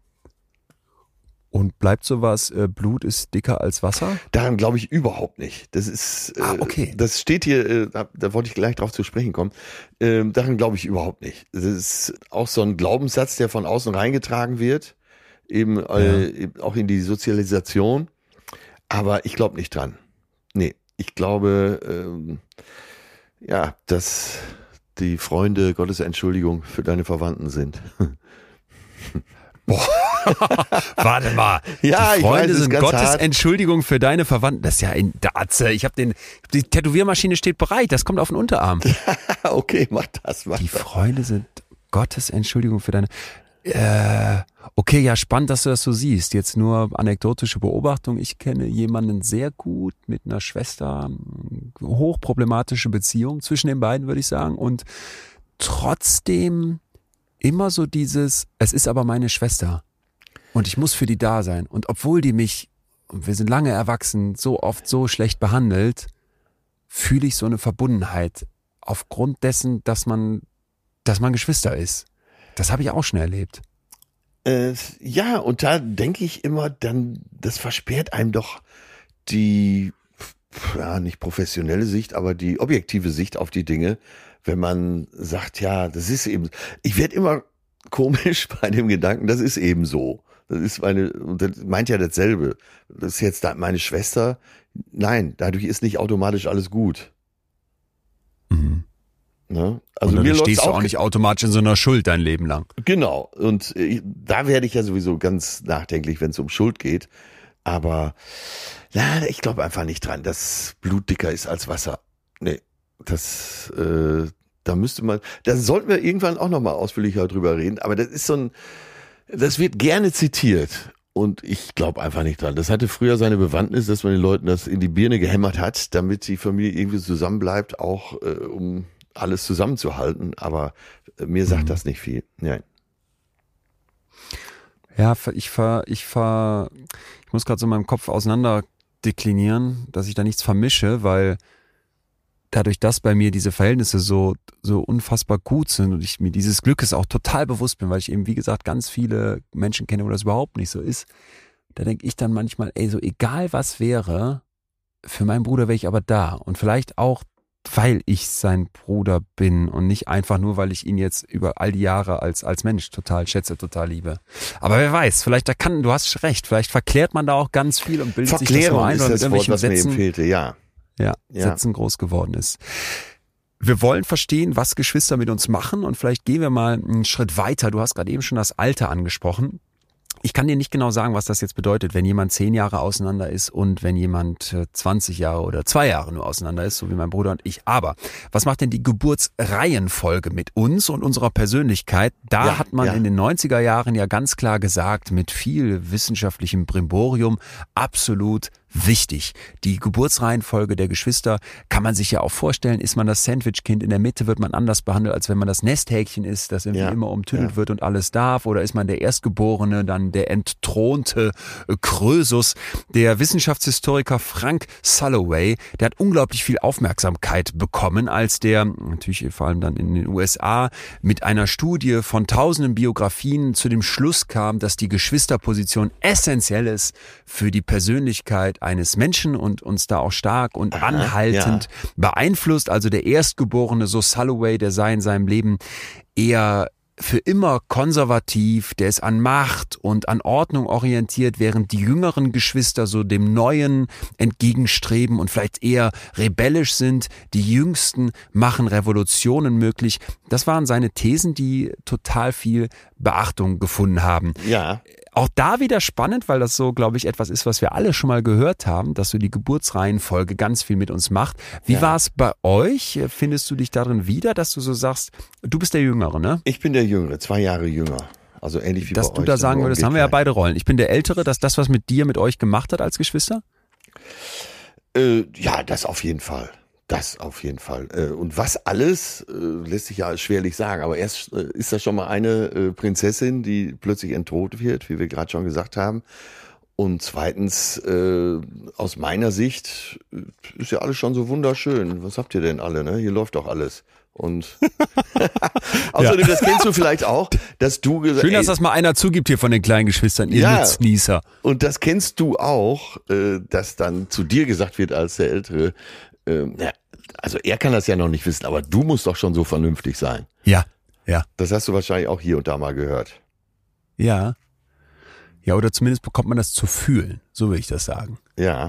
Und bleibt sowas, äh, Blut ist dicker als Wasser? Daran glaube ich überhaupt nicht. Das ist, äh, ah, okay. Das steht hier, äh, da, da wollte ich gleich drauf zu sprechen kommen. Ähm, daran glaube ich überhaupt nicht. Das ist auch so ein Glaubenssatz, der von außen reingetragen wird, eben äh, ja. auch in die Sozialisation. Aber ich glaube nicht dran. Nee, ich glaube, ähm, ja, dass die Freunde Gottes Entschuldigung für deine Verwandten sind. Boah. Warte mal. Ja, die Freunde ich weiß, sind ganz Gottes hart. Entschuldigung für deine Verwandten. Das ist ja ein Datze. Ich habe den, die Tätowiermaschine steht bereit. Das kommt auf den Unterarm. Okay, mach das, mach Die das. Freunde sind Gottes Entschuldigung für deine. Äh, okay, ja, spannend, dass du das so siehst. Jetzt nur anekdotische Beobachtung. Ich kenne jemanden sehr gut mit einer Schwester. Hochproblematische Beziehung zwischen den beiden, würde ich sagen. Und trotzdem immer so dieses, es ist aber meine Schwester und ich muss für die da sein. Und obwohl die mich, und wir sind lange erwachsen, so oft so schlecht behandelt, fühle ich so eine Verbundenheit aufgrund dessen, dass man, dass man Geschwister ist. Das habe ich auch schon erlebt. Äh, ja, und da denke ich immer, dann, das versperrt einem doch die, ja, nicht professionelle Sicht, aber die objektive Sicht auf die Dinge, wenn man sagt, ja, das ist eben, ich werde immer komisch bei dem Gedanken, das ist eben so. Das ist meine, und das meint ja dasselbe. Das ist jetzt meine Schwester. Nein, dadurch ist nicht automatisch alles gut. Mhm. Ne? Also und mir dann stehst auch du auch nicht automatisch in so einer Schuld dein Leben lang. Genau. Und ich, da werde ich ja sowieso ganz nachdenklich, wenn es um Schuld geht. Aber na, ich glaube einfach nicht dran, dass Blut dicker ist als Wasser. Nee. Das, äh, da müsste man, da sollten wir irgendwann auch nochmal ausführlicher drüber reden, aber das ist so ein, das wird gerne zitiert und ich glaube einfach nicht dran. Das hatte früher seine Bewandtnis, dass man den Leuten das in die Birne gehämmert hat, damit die Familie irgendwie zusammenbleibt, auch äh, um alles zusammenzuhalten, aber äh, mir sagt mhm. das nicht viel. Nein. Ja, ich ver, ich ver, ich muss gerade so in meinem Kopf auseinander deklinieren, dass ich da nichts vermische, weil dadurch, dass bei mir diese Verhältnisse so so unfassbar gut sind und ich mir dieses Glückes auch total bewusst bin, weil ich eben, wie gesagt, ganz viele Menschen kenne, wo das überhaupt nicht so ist, da denke ich dann manchmal, ey, so egal was wäre, für meinen Bruder wäre ich aber da. Und vielleicht auch, weil ich sein Bruder bin und nicht einfach nur, weil ich ihn jetzt über all die Jahre als als Mensch total schätze, total liebe. Aber wer weiß, vielleicht da kann, du hast recht, vielleicht verklärt man da auch ganz viel und bildet sich das nur ein, ist mit das Wort, was mir Sätzen, eben fehlte, ja. Ja, ja, Sätzen groß geworden ist. Wir wollen verstehen, was Geschwister mit uns machen und vielleicht gehen wir mal einen Schritt weiter. Du hast gerade eben schon das Alter angesprochen. Ich kann dir nicht genau sagen, was das jetzt bedeutet, wenn jemand zehn Jahre auseinander ist und wenn jemand zwanzig Jahre oder zwei Jahre nur auseinander ist, so wie mein Bruder und ich. Aber was macht denn die Geburtsreihenfolge mit uns und unserer Persönlichkeit? Da ja, hat man ja. in den neunziger Jahren ja ganz klar gesagt, mit viel wissenschaftlichem Brimborium, absolut wichtig. Die Geburtsreihenfolge der Geschwister kann man sich ja auch vorstellen, ist man das Sandwich-Kind in der Mitte, wird man anders behandelt, als wenn man das Nesthäkchen ist, das irgendwie ja, immer umtüdelt ja. wird und alles darf, oder ist man der Erstgeborene, dann der entthronte Krösus. Der Wissenschaftshistoriker Frank Sulloway, der hat unglaublich viel Aufmerksamkeit bekommen, als der, natürlich vor allem dann in den U S A, mit einer Studie von tausenden Biografien zu dem Schluss kam, dass die Geschwisterposition essentiell ist für die Persönlichkeit Persönlichkeit eines Menschen und uns da auch stark und Aha, anhaltend ja. beeinflusst. Also der Erstgeborene, so Salloway, der sei in seinem Leben eher für immer konservativ, der ist an Macht und an Ordnung orientiert, während die jüngeren Geschwister so dem Neuen entgegenstreben und vielleicht eher rebellisch sind. Die Jüngsten machen Revolutionen möglich. Das waren seine Thesen, die total viel Beachtung gefunden haben. Ja. Auch da wieder spannend, weil das so, glaube ich, etwas ist, was wir alle schon mal gehört haben, dass so die Geburtsreihenfolge ganz viel mit uns macht. Wie Ja. war es bei euch? Findest du dich darin wieder, dass du so sagst, du bist der Jüngere, ne? Ich bin der Jüngere, zwei Jahre jünger. Also ähnlich wie Dass bei du euch. da sagen nur würdest, haben wir ja umgekehrt. beide Rollen. Ich bin der Ältere, dass das, was mit dir, mit euch gemacht hat als Geschwister? Äh, ja, das auf jeden Fall. Das auf jeden Fall. Äh, und was alles, äh, lässt sich ja schwerlich sagen. Aber erst äh, ist da schon mal eine äh, Prinzessin, die plötzlich entthront wird, wie wir gerade schon gesagt haben. Und zweitens, äh, aus meiner Sicht, äh, ist ja alles schon so wunderschön. Was habt ihr denn alle, ne? Hier läuft doch alles. Und außerdem, das kennst du vielleicht auch, dass du gesagt Schön, dass ey, das mal einer zugibt hier von den kleinen Geschwistern, ihr Ja. Nutznießer. und das kennst du auch, äh, dass dann zu dir gesagt wird als der Ältere, äh, ja, also er kann das ja noch nicht wissen, aber du musst doch schon so vernünftig sein. Ja, ja, Das hast du wahrscheinlich auch hier und da mal gehört. ja. Ja, oder zumindest bekommt man das zu fühlen, so will ich das sagen. Ja.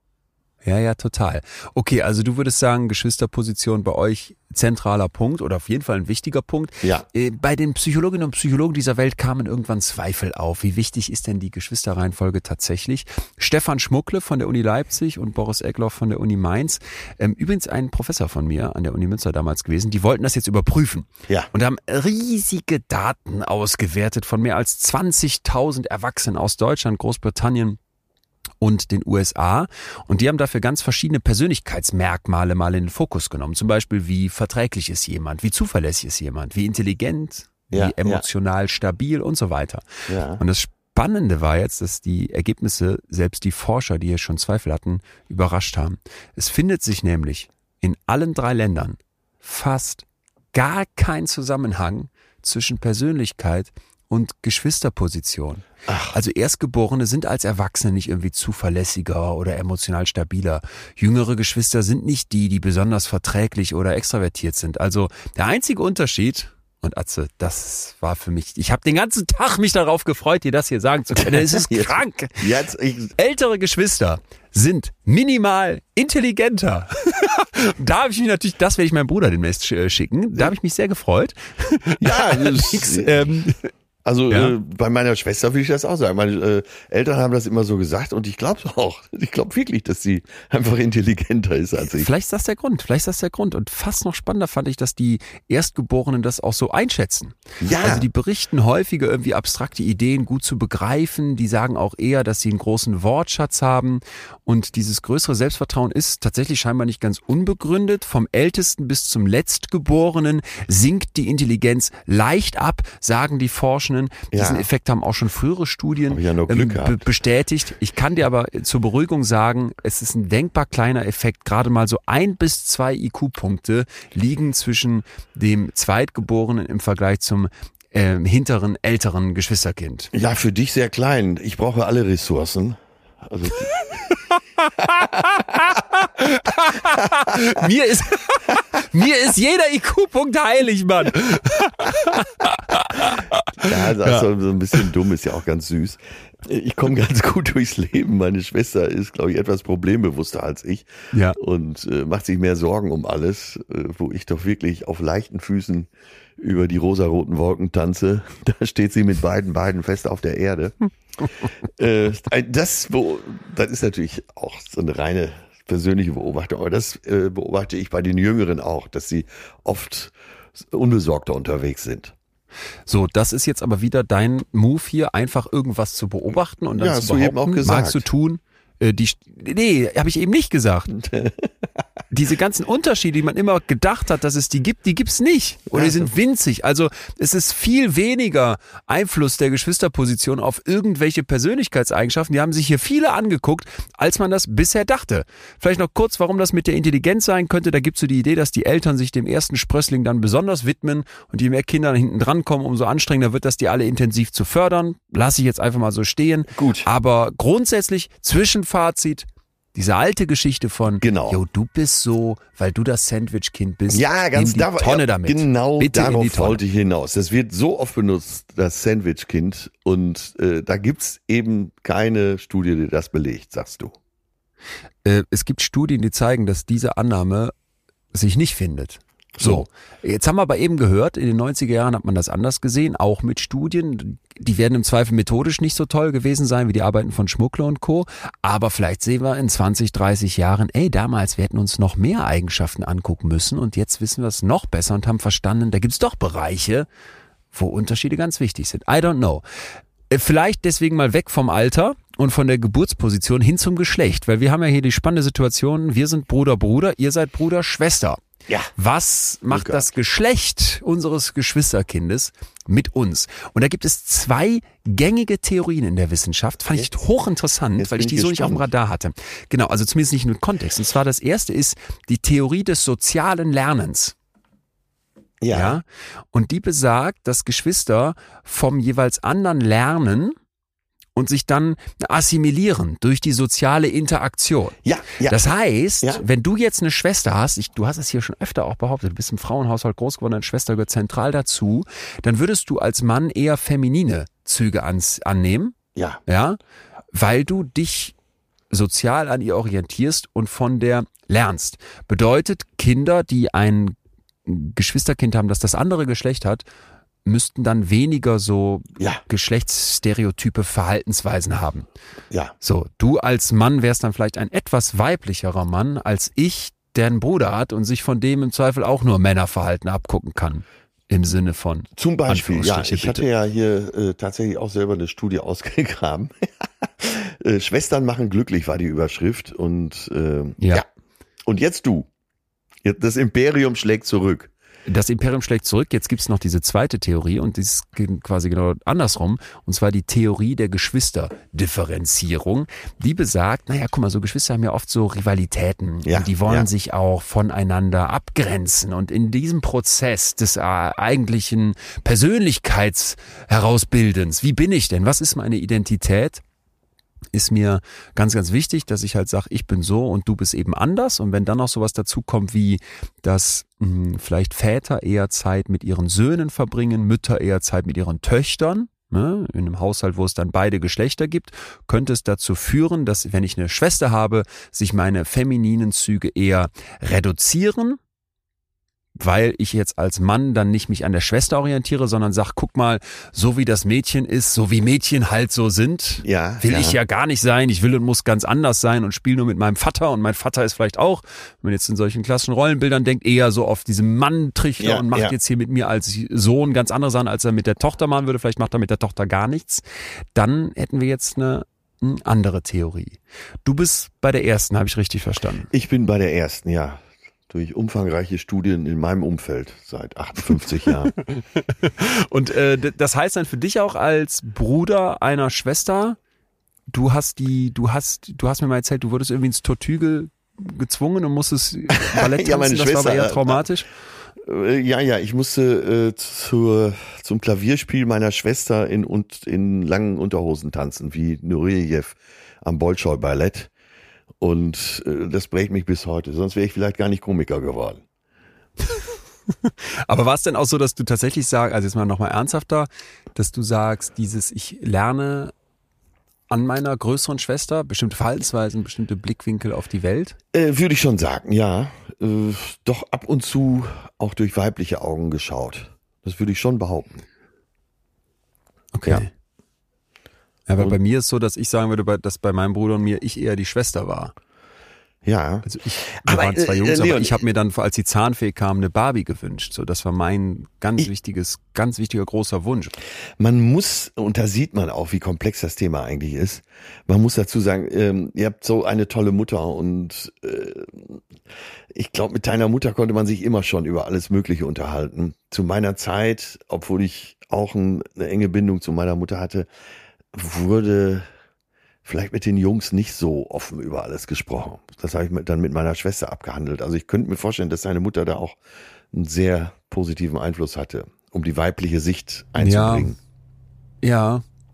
Ja, ja, total. Okay, also du würdest sagen, Geschwisterposition bei euch zentraler Punkt oder auf jeden Fall ein wichtiger Punkt. Ja. Äh, Bei den Psychologinnen und Psychologen dieser Welt kamen irgendwann Zweifel auf. Wie wichtig ist denn die Geschwisterreihenfolge tatsächlich? Stefan Schmuckle von der Uni Leipzig und Boris Egloff von der Uni Mainz, ähm, übrigens ein Professor von mir an der Uni Münster damals gewesen, die wollten das jetzt überprüfen. Ja. Und haben riesige Daten ausgewertet von mehr als zwanzigtausend Erwachsenen aus Deutschland, Großbritannien und den U S A. Und die haben dafür ganz verschiedene Persönlichkeitsmerkmale mal in den Fokus genommen. Zum Beispiel, wie verträglich ist jemand, wie zuverlässig ist jemand, wie intelligent, Ja, wie emotional stabil und so weiter. Ja. Und das Spannende war jetzt, dass die Ergebnisse selbst die Forscher, die hier schon Zweifel hatten, überrascht haben. Es findet sich nämlich in allen drei Ländern fast gar kein Zusammenhang zwischen Persönlichkeit und Geschwisterposition. Ach. Also Erstgeborene sind als Erwachsene nicht irgendwie zuverlässiger oder emotional stabiler. Jüngere Geschwister sind nicht die, die besonders verträglich oder extravertiert sind. Also der einzige Unterschied, und Atze, das war für mich, ich habe den ganzen Tag mich darauf gefreut, dir das hier sagen zu können. Es ist Jetzt- krank. Jetzt, ich, Ältere Geschwister sind minimal intelligenter. Da habe ich mich natürlich, das werde ich meinem Bruder demnächst sch- schicken, da habe ich mich sehr gefreut. ja, das, Allerdings, ähm, also Ja. äh, bei meiner Schwester will ich das auch sagen. Meine äh, Eltern haben das immer so gesagt und ich glaube auch. Ich glaube wirklich, dass sie einfach intelligenter ist als ich. Vielleicht ist das der Grund, vielleicht ist das der Grund. Und fast noch spannender fand ich, dass die Erstgeborenen das auch so einschätzen. Ja. Also die berichten häufiger irgendwie abstrakte Ideen gut zu begreifen. Die sagen auch eher, dass sie einen großen Wortschatz haben. Und dieses größere Selbstvertrauen ist tatsächlich scheinbar nicht ganz unbegründet. Vom Ältesten bis zum Letztgeborenen sinkt die Intelligenz leicht ab, sagen die Forschenden. Diesen Ja. Effekt haben auch schon frühere Studien Hab ich ja nur Glück ähm, be- gehabt. bestätigt. Ich kann dir aber zur Beruhigung sagen, es ist ein denkbar kleiner Effekt. Gerade mal so ein bis zwei I Q-Punkte liegen zwischen dem Zweitgeborenen im Vergleich zum ähm, hinteren, älteren Geschwisterkind. Ja, für dich sehr klein. Ich brauche alle Ressourcen. Also, Mir ist, mir ist jeder I Q-Punkt heilig, Mann. ja, das ist so so ein bisschen dumm, ist ja auch ganz süß. Ich komme ganz gut durchs Leben. Meine Schwester ist, glaube ich, etwas problembewusster als ich Ja. und äh, macht sich mehr Sorgen um alles, äh, wo ich doch wirklich auf leichten Füßen über die rosaroten Wolken tanze. Da steht sie mit beiden Beinen fest auf der Erde. äh, das, wo, das ist natürlich auch so eine reine persönliche Beobachtung, aber das äh, beobachte ich bei den Jüngeren auch, dass sie oft unbesorgter unterwegs sind. So, das ist jetzt aber wieder dein Move hier, einfach irgendwas zu beobachten und dann Ja, zu hast du eben behaupten, auch gesagt. magst du tun. Äh, die, nee, habe ich eben nicht gesagt. Diese ganzen Unterschiede, die man immer gedacht hat, dass es die gibt, die gibt's nicht. Oder die sind winzig. Also es ist viel weniger Einfluss der Geschwisterposition auf irgendwelche Persönlichkeitseigenschaften. Die haben sich hier viele angeguckt, als man das bisher dachte. Vielleicht noch kurz, warum das mit der Intelligenz sein könnte. Da gibt's so die Idee, dass die Eltern sich dem ersten Sprössling dann besonders widmen und je mehr Kinder hinten dran kommen, umso anstrengender wird das, die alle intensiv zu fördern. Lasse ich jetzt einfach mal so stehen. Gut. Aber grundsätzlich, Zwischenfazit, Diese alte Geschichte von, genau. Jo, du bist so, weil du das Sandwich-Kind bist. Ja, ganz nimm die Tonne ja, damit. Genau Bitte darauf in die Tonne. wollte ich hinaus. Das wird so oft benutzt, das Sandwich-Kind. Und äh, da gibt's eben keine Studie, die das belegt, sagst du. Äh, es gibt Studien, die zeigen, dass diese Annahme sich nicht findet. So, jetzt haben wir aber eben gehört, in den neunziger Jahren hat man das anders gesehen, auch mit Studien. Die werden im Zweifel methodisch nicht so toll gewesen sein wie die Arbeiten von Schmuckler und Co. Aber vielleicht sehen wir in zwanzig, dreißig Jahren, ey, damals wir hätten uns noch mehr Eigenschaften angucken müssen und jetzt wissen wir es noch besser und haben verstanden, da gibt's doch Bereiche, wo Unterschiede ganz wichtig sind. I don't know. Vielleicht deswegen mal weg vom Alter und von der Geburtsposition hin zum Geschlecht, weil wir haben ja hier die spannende Situation, wir sind Bruder, Bruder, ihr seid Bruder, Schwester. Ja. Was macht das Geschlecht unseres Geschwisterkindes mit uns? Und da gibt es zwei gängige Theorien in der Wissenschaft, fand ich hochinteressant, Jetzt weil ich bin die ich so nicht auf dem gespannt. Radar hatte. Genau, also zumindest nicht im Kontext. Und zwar das erste ist die Theorie des sozialen Lernens. Ja. Ja. Und die besagt, dass Geschwister vom jeweils anderen lernen und sich dann assimilieren durch die soziale Interaktion. Ja, ja. Das heißt, Ja. wenn du jetzt eine Schwester hast, ich, du hast es hier schon öfter auch behauptet, du bist im Frauenhaushalt groß geworden, deine Schwester gehört zentral dazu, dann würdest du als Mann eher feminine Züge ans, annehmen, Ja. ja, weil du dich sozial an ihr orientierst und von der lernst. Bedeutet, Kinder, die ein Geschwisterkind haben, das das andere Geschlecht hat, müssten dann weniger so Ja. geschlechtsstereotype Verhaltensweisen haben. Ja. So, du als Mann wärst dann vielleicht ein etwas weiblicherer Mann als ich, der einen Bruder hat und sich von dem im Zweifel auch nur Männerverhalten abgucken kann. Im Sinne von Zum Beispiel, ja, Anführungsstriche, ich hatte bitte. ja hier äh, tatsächlich auch selber eine Studie ausgegraben. äh, Schwestern machen glücklich war die Überschrift und äh, Ja. ja. Und jetzt du. Jetzt das Imperium schlägt zurück. Das Imperium schlägt zurück. Jetzt gibt's noch diese zweite Theorie und die ist ge- quasi genau andersrum. Und zwar die Theorie der Geschwisterdifferenzierung. Die besagt, naja, guck mal, so Geschwister haben ja oft so Rivalitäten. Ja, und die wollen ja. sich auch voneinander abgrenzen. Und in diesem Prozess des äh, eigentlichen Persönlichkeitsherausbildens, wie bin ich denn? Was ist meine Identität? Ist mir ganz, ganz wichtig, dass ich halt sage, ich bin so und du bist eben anders. Und wenn dann noch sowas dazu kommt wie, dass mh, vielleicht Väter eher Zeit mit ihren Söhnen verbringen, Mütter eher Zeit mit ihren Töchtern, ne? In einem Haushalt, wo es dann beide Geschlechter gibt, könnte es dazu führen, dass, wenn ich eine Schwester habe, sich meine femininen Züge eher reduzieren, weil ich jetzt als Mann dann nicht mich an der Schwester orientiere, sondern sag, guck mal, so wie das Mädchen ist, so wie Mädchen halt so sind, Ja, will ja. ich ja gar nicht sein. Ich will und muss ganz anders sein und spiele nur mit meinem Vater. Und mein Vater ist vielleicht auch, wenn man jetzt in solchen klassischen Rollenbildern denkt, eher so auf diesen Mann-Trichter Ja, und macht ja. jetzt hier mit mir als Sohn ganz andere Sachen, als er mit der Tochter machen würde. Vielleicht macht er mit der Tochter gar nichts. Dann hätten wir jetzt eine, eine andere Theorie. Du bist bei der ersten, habe ich richtig verstanden. Ich bin bei der ersten, ja. Durch umfangreiche Studien in meinem Umfeld seit achtundfünfzig Jahren. Und äh, d- das heißt dann für dich auch als Bruder einer Schwester, du hast die, du hast, du hast mir mal erzählt, du wurdest irgendwie ins Tortügel gezwungen und musstest Ballett tanzen, Ja, meine das war aber Schwester, eher äh, traumatisch. Äh, Ja, ja, ich musste äh, zur, zum Klavierspiel meiner Schwester in, und, in langen Unterhosen tanzen, wie Nureyev am Bolschoi-Ballett. Und äh, das prägt mich bis heute. Sonst wäre ich vielleicht gar nicht Komiker geworden. Aber war es denn auch so, dass du tatsächlich sagst, also jetzt mal nochmal ernsthafter, dass du sagst, dieses, ich lerne an meiner größeren Schwester bestimmte Verhaltensweisen, bestimmte Blickwinkel auf die Welt? Äh, würde ich schon sagen, ja. Äh, doch ab und zu auch durch weibliche Augen geschaut. Das würde ich schon behaupten. Okay. Ja. Ja, aber Und- bei mir ist so, dass ich sagen würde, bei- dass bei meinem Bruder und mir ich eher die Schwester war. Ja. Also ich, wir Aber, waren zwei äh, Jungs, Leon, aber ich habe mir dann, als die Zahnfee kam, eine Barbie gewünscht. So, das war mein ganz Ich- wichtiges, ganz wichtiger großer Wunsch. Man muss, und da sieht man auch, wie komplex das Thema eigentlich ist. Man muss dazu sagen, ähm, ihr habt so eine tolle Mutter und äh, ich glaube, mit deiner Mutter konnte man sich immer schon über alles Mögliche unterhalten. Zu meiner Zeit, obwohl ich auch ein, eine enge Bindung zu meiner Mutter hatte, wurde vielleicht mit den Jungs nicht so offen über alles gesprochen. Das habe ich mit- dann mit meiner Schwester abgehandelt. Also ich könnte mir vorstellen, dass deine Mutter da auch einen sehr positiven Einfluss hatte, um die weibliche Sicht einzubringen. Ja.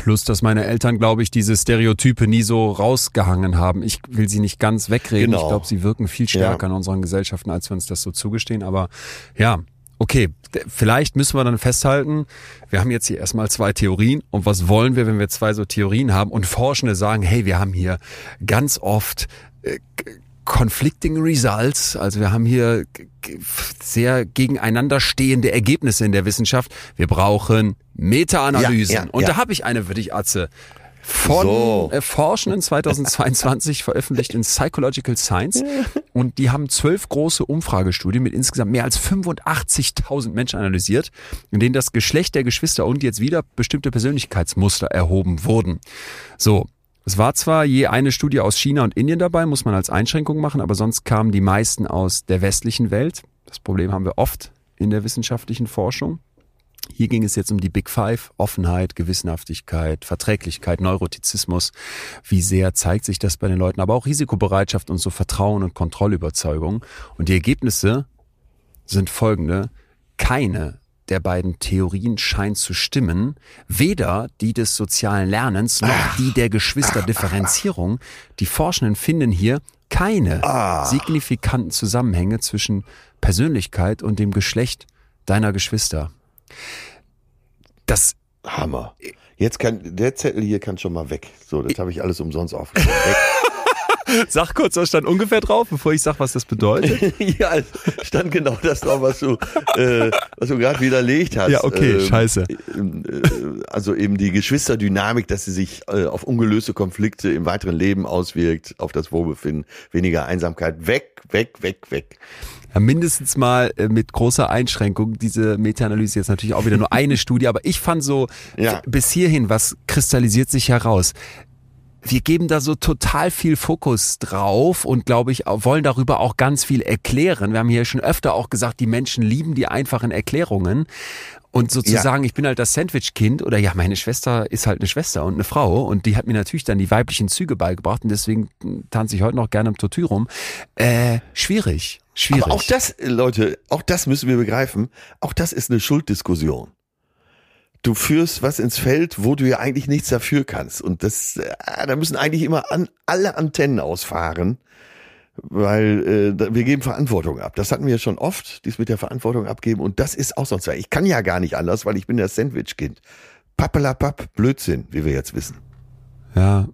Plus, dass meine Eltern, glaube ich, diese Stereotype nie so rausgehangen haben. Ich will sie nicht ganz wegreden. Genau. Ich glaube, sie wirken viel stärker Ja. in unseren Gesellschaften, als wir uns das so zugestehen. Aber ja, okay, vielleicht müssen wir dann festhalten, wir haben jetzt hier erstmal zwei Theorien. Und was wollen wir, wenn wir zwei so Theorien haben? Und Forschende sagen, hey, wir haben hier ganz oft äh, conflicting results, also wir haben hier sehr gegeneinander stehende Ergebnisse in der Wissenschaft. Wir brauchen Meta-Analysen. Ja, ja, und ja. da habe ich eine für dich, Atze. Von So. äh, Forschenden zweitausendzweiundzwanzig veröffentlicht in Psychological Science. Und die haben zwölf große Umfragestudien mit insgesamt mehr als fünfundachtzigtausend Menschen analysiert, in denen das Geschlecht der Geschwister und jetzt wieder bestimmte Persönlichkeitsmuster erhoben wurden. So. Es war zwar je eine Studie aus China und Indien dabei, muss man als Einschränkung machen, aber sonst kamen die meisten aus der westlichen Welt. Das Problem haben wir oft in der wissenschaftlichen Forschung. Hier ging es jetzt um die Big Five: Offenheit, Gewissenhaftigkeit, Verträglichkeit, Neurotizismus. Wie sehr zeigt sich das bei den Leuten? Aber auch Risikobereitschaft und so Vertrauen und Kontrollüberzeugung. Und die Ergebnisse sind folgende: Keine der beiden Theorien scheint zu stimmen, weder die des sozialen Lernens noch die der Geschwisterdifferenzierung. Die Forschenden finden hier keine signifikanten Zusammenhänge zwischen Persönlichkeit und dem Geschlecht deiner Geschwister. Das Hammer. Jetzt kann, der Zettel hier kann schon mal weg. So, das habe ich alles umsonst aufgeschrieben. Weg. Sag kurz, was stand ungefähr drauf, bevor ich sag, was das bedeutet. Ja, es stand genau das drauf, was du, äh, was du gerade widerlegt hast. Ja, okay, ähm, scheiße. Äh, also eben die Geschwisterdynamik, dass sie sich äh, auf ungelöste Konflikte im weiteren Leben auswirkt, auf das Wohlbefinden, weniger Einsamkeit. Weg, weg, weg, weg. Ja, mindestens mal äh, mit großer Einschränkung. Diese Meta-Analyse jetzt natürlich auch wieder nur eine Studie, aber ich fand so, Ja. bis hierhin, was kristallisiert sich heraus? Wir geben da so total viel Fokus drauf und, glaube ich, auch- wollen darüber auch ganz viel erklären. Wir haben hier schon öfter auch gesagt, die Menschen lieben die einfachen Erklärungen. Und sozusagen, ich bin halt das Sandwich-Kind oder ja, meine Schwester ist halt eine Schwester und eine Frau und die hat mir natürlich dann die weiblichen Züge beigebracht und deswegen tanze ich heute noch gerne im Tortue rum. Äh, schwierig, schwierig. Aber auch das, äh, Leute, auch das müssen wir begreifen. Auch das ist eine Schulddiskussion. Du führst was ins Feld, wo du ja eigentlich nichts dafür kannst. Und das, äh, da müssen eigentlich immer an, alle Antennen ausfahren, weil äh, da- wir geben Verantwortung ab. Das hatten wir schon oft, dies mit der Verantwortung abgeben. Und das ist auch sonst was. Ich kann ja gar nicht anders, weil ich bin das Sandwich-Kind. Pappelapapp, Blödsinn, wie wir jetzt wissen. Ja,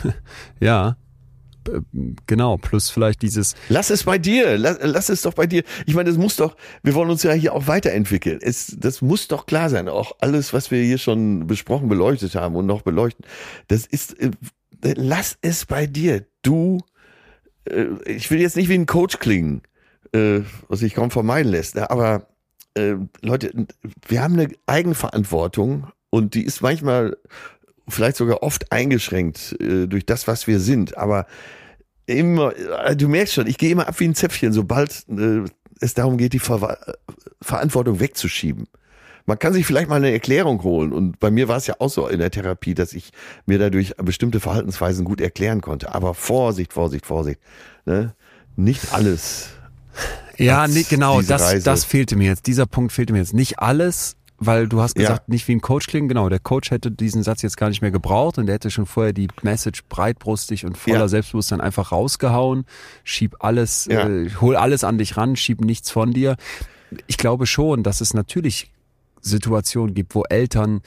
ja, B- genau. Plus vielleicht dieses, Lass es bei dir, lass, lass es doch bei dir. Ich meine, das muss doch, wir wollen uns ja hier auch weiterentwickeln. Es, das muss doch klar sein. Auch alles, was wir hier schon besprochen, beleuchtet haben und noch beleuchten, das ist, äh, lass es bei dir. Du, äh, ich will jetzt nicht wie ein Coach klingen, äh, was sich kaum vermeiden lässt, ne? aber äh, Leute, wir haben eine Eigenverantwortung und die ist manchmal vielleicht sogar oft eingeschränkt äh, durch das, was wir sind, aber immer, äh, du merkst schon, ich gehe immer ab wie ein Zäpfchen, sobald äh, es darum geht, die Ver Verantwortung wegzuschieben. Man kann sich vielleicht mal eine Erklärung holen und bei mir war es ja auch so in der Therapie, dass ich mir dadurch bestimmte Verhaltensweisen gut erklären konnte, aber Vorsicht, Vorsicht, Vorsicht, ne? Nicht alles. ja, Als nee, genau, diese das, Reise. das fehlte mir jetzt. Dieser Punkt fehlte mir jetzt. Nicht alles, weil du hast Ja. gesagt, nicht wie ein Coach klingen. Genau, der Coach hätte diesen Satz jetzt gar nicht mehr gebraucht und der hätte schon vorher die Message breitbrustig und voller Ja. Selbstbewusstsein einfach rausgehauen. Schieb alles, Ja. äh, hol alles an dich ran, schieb nichts von dir. Ich glaube schon, dass es natürlich Situationen gibt, wo Eltern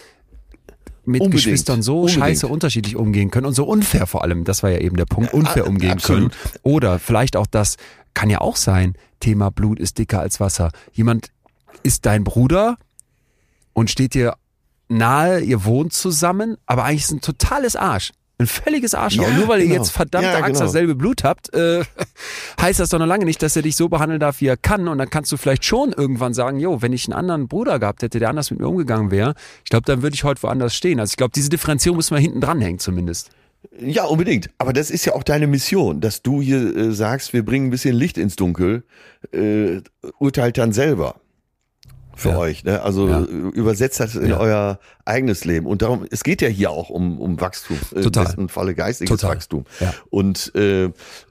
mit Unbedingt. Geschwistern so Unbedingt. scheiße unterschiedlich umgehen können und so unfair vor allem, das war ja eben der Punkt, unfair Ja, umgehen absolut. können. Oder vielleicht auch das, kann ja auch sein, Thema Blut ist dicker als Wasser. Jemand ist dein Bruder und steht dir nahe, ihr wohnt zusammen, aber eigentlich ist ein totales Arsch. Ein völliges Arschloch. Ja, Und nur weil genau. ihr jetzt verdammte Ja, Axt genau. dasselbe Blut habt, äh, heißt das doch noch lange nicht, dass er dich so behandeln darf, wie er kann. Und dann kannst du vielleicht schon irgendwann sagen, jo, wenn ich einen anderen Bruder gehabt hätte, der anders mit mir umgegangen wäre, ich glaube, dann würde ich heute woanders stehen. Also ich glaube, diese Differenzierung müssen wir hinten dranhängen zumindest. Ja, unbedingt. Aber das ist ja auch deine Mission, dass du hier äh, sagst, wir bringen ein bisschen Licht ins Dunkel, äh, urteilt dann selber für Ja. euch. Ne? Also Ja. äh, übersetzt das in Ja. euer eigenes Leben. Und darum, es geht ja hier auch um, um Wachstum, äh, Total. im besten Falle geistiges Total. Wachstum. Ja. Und äh,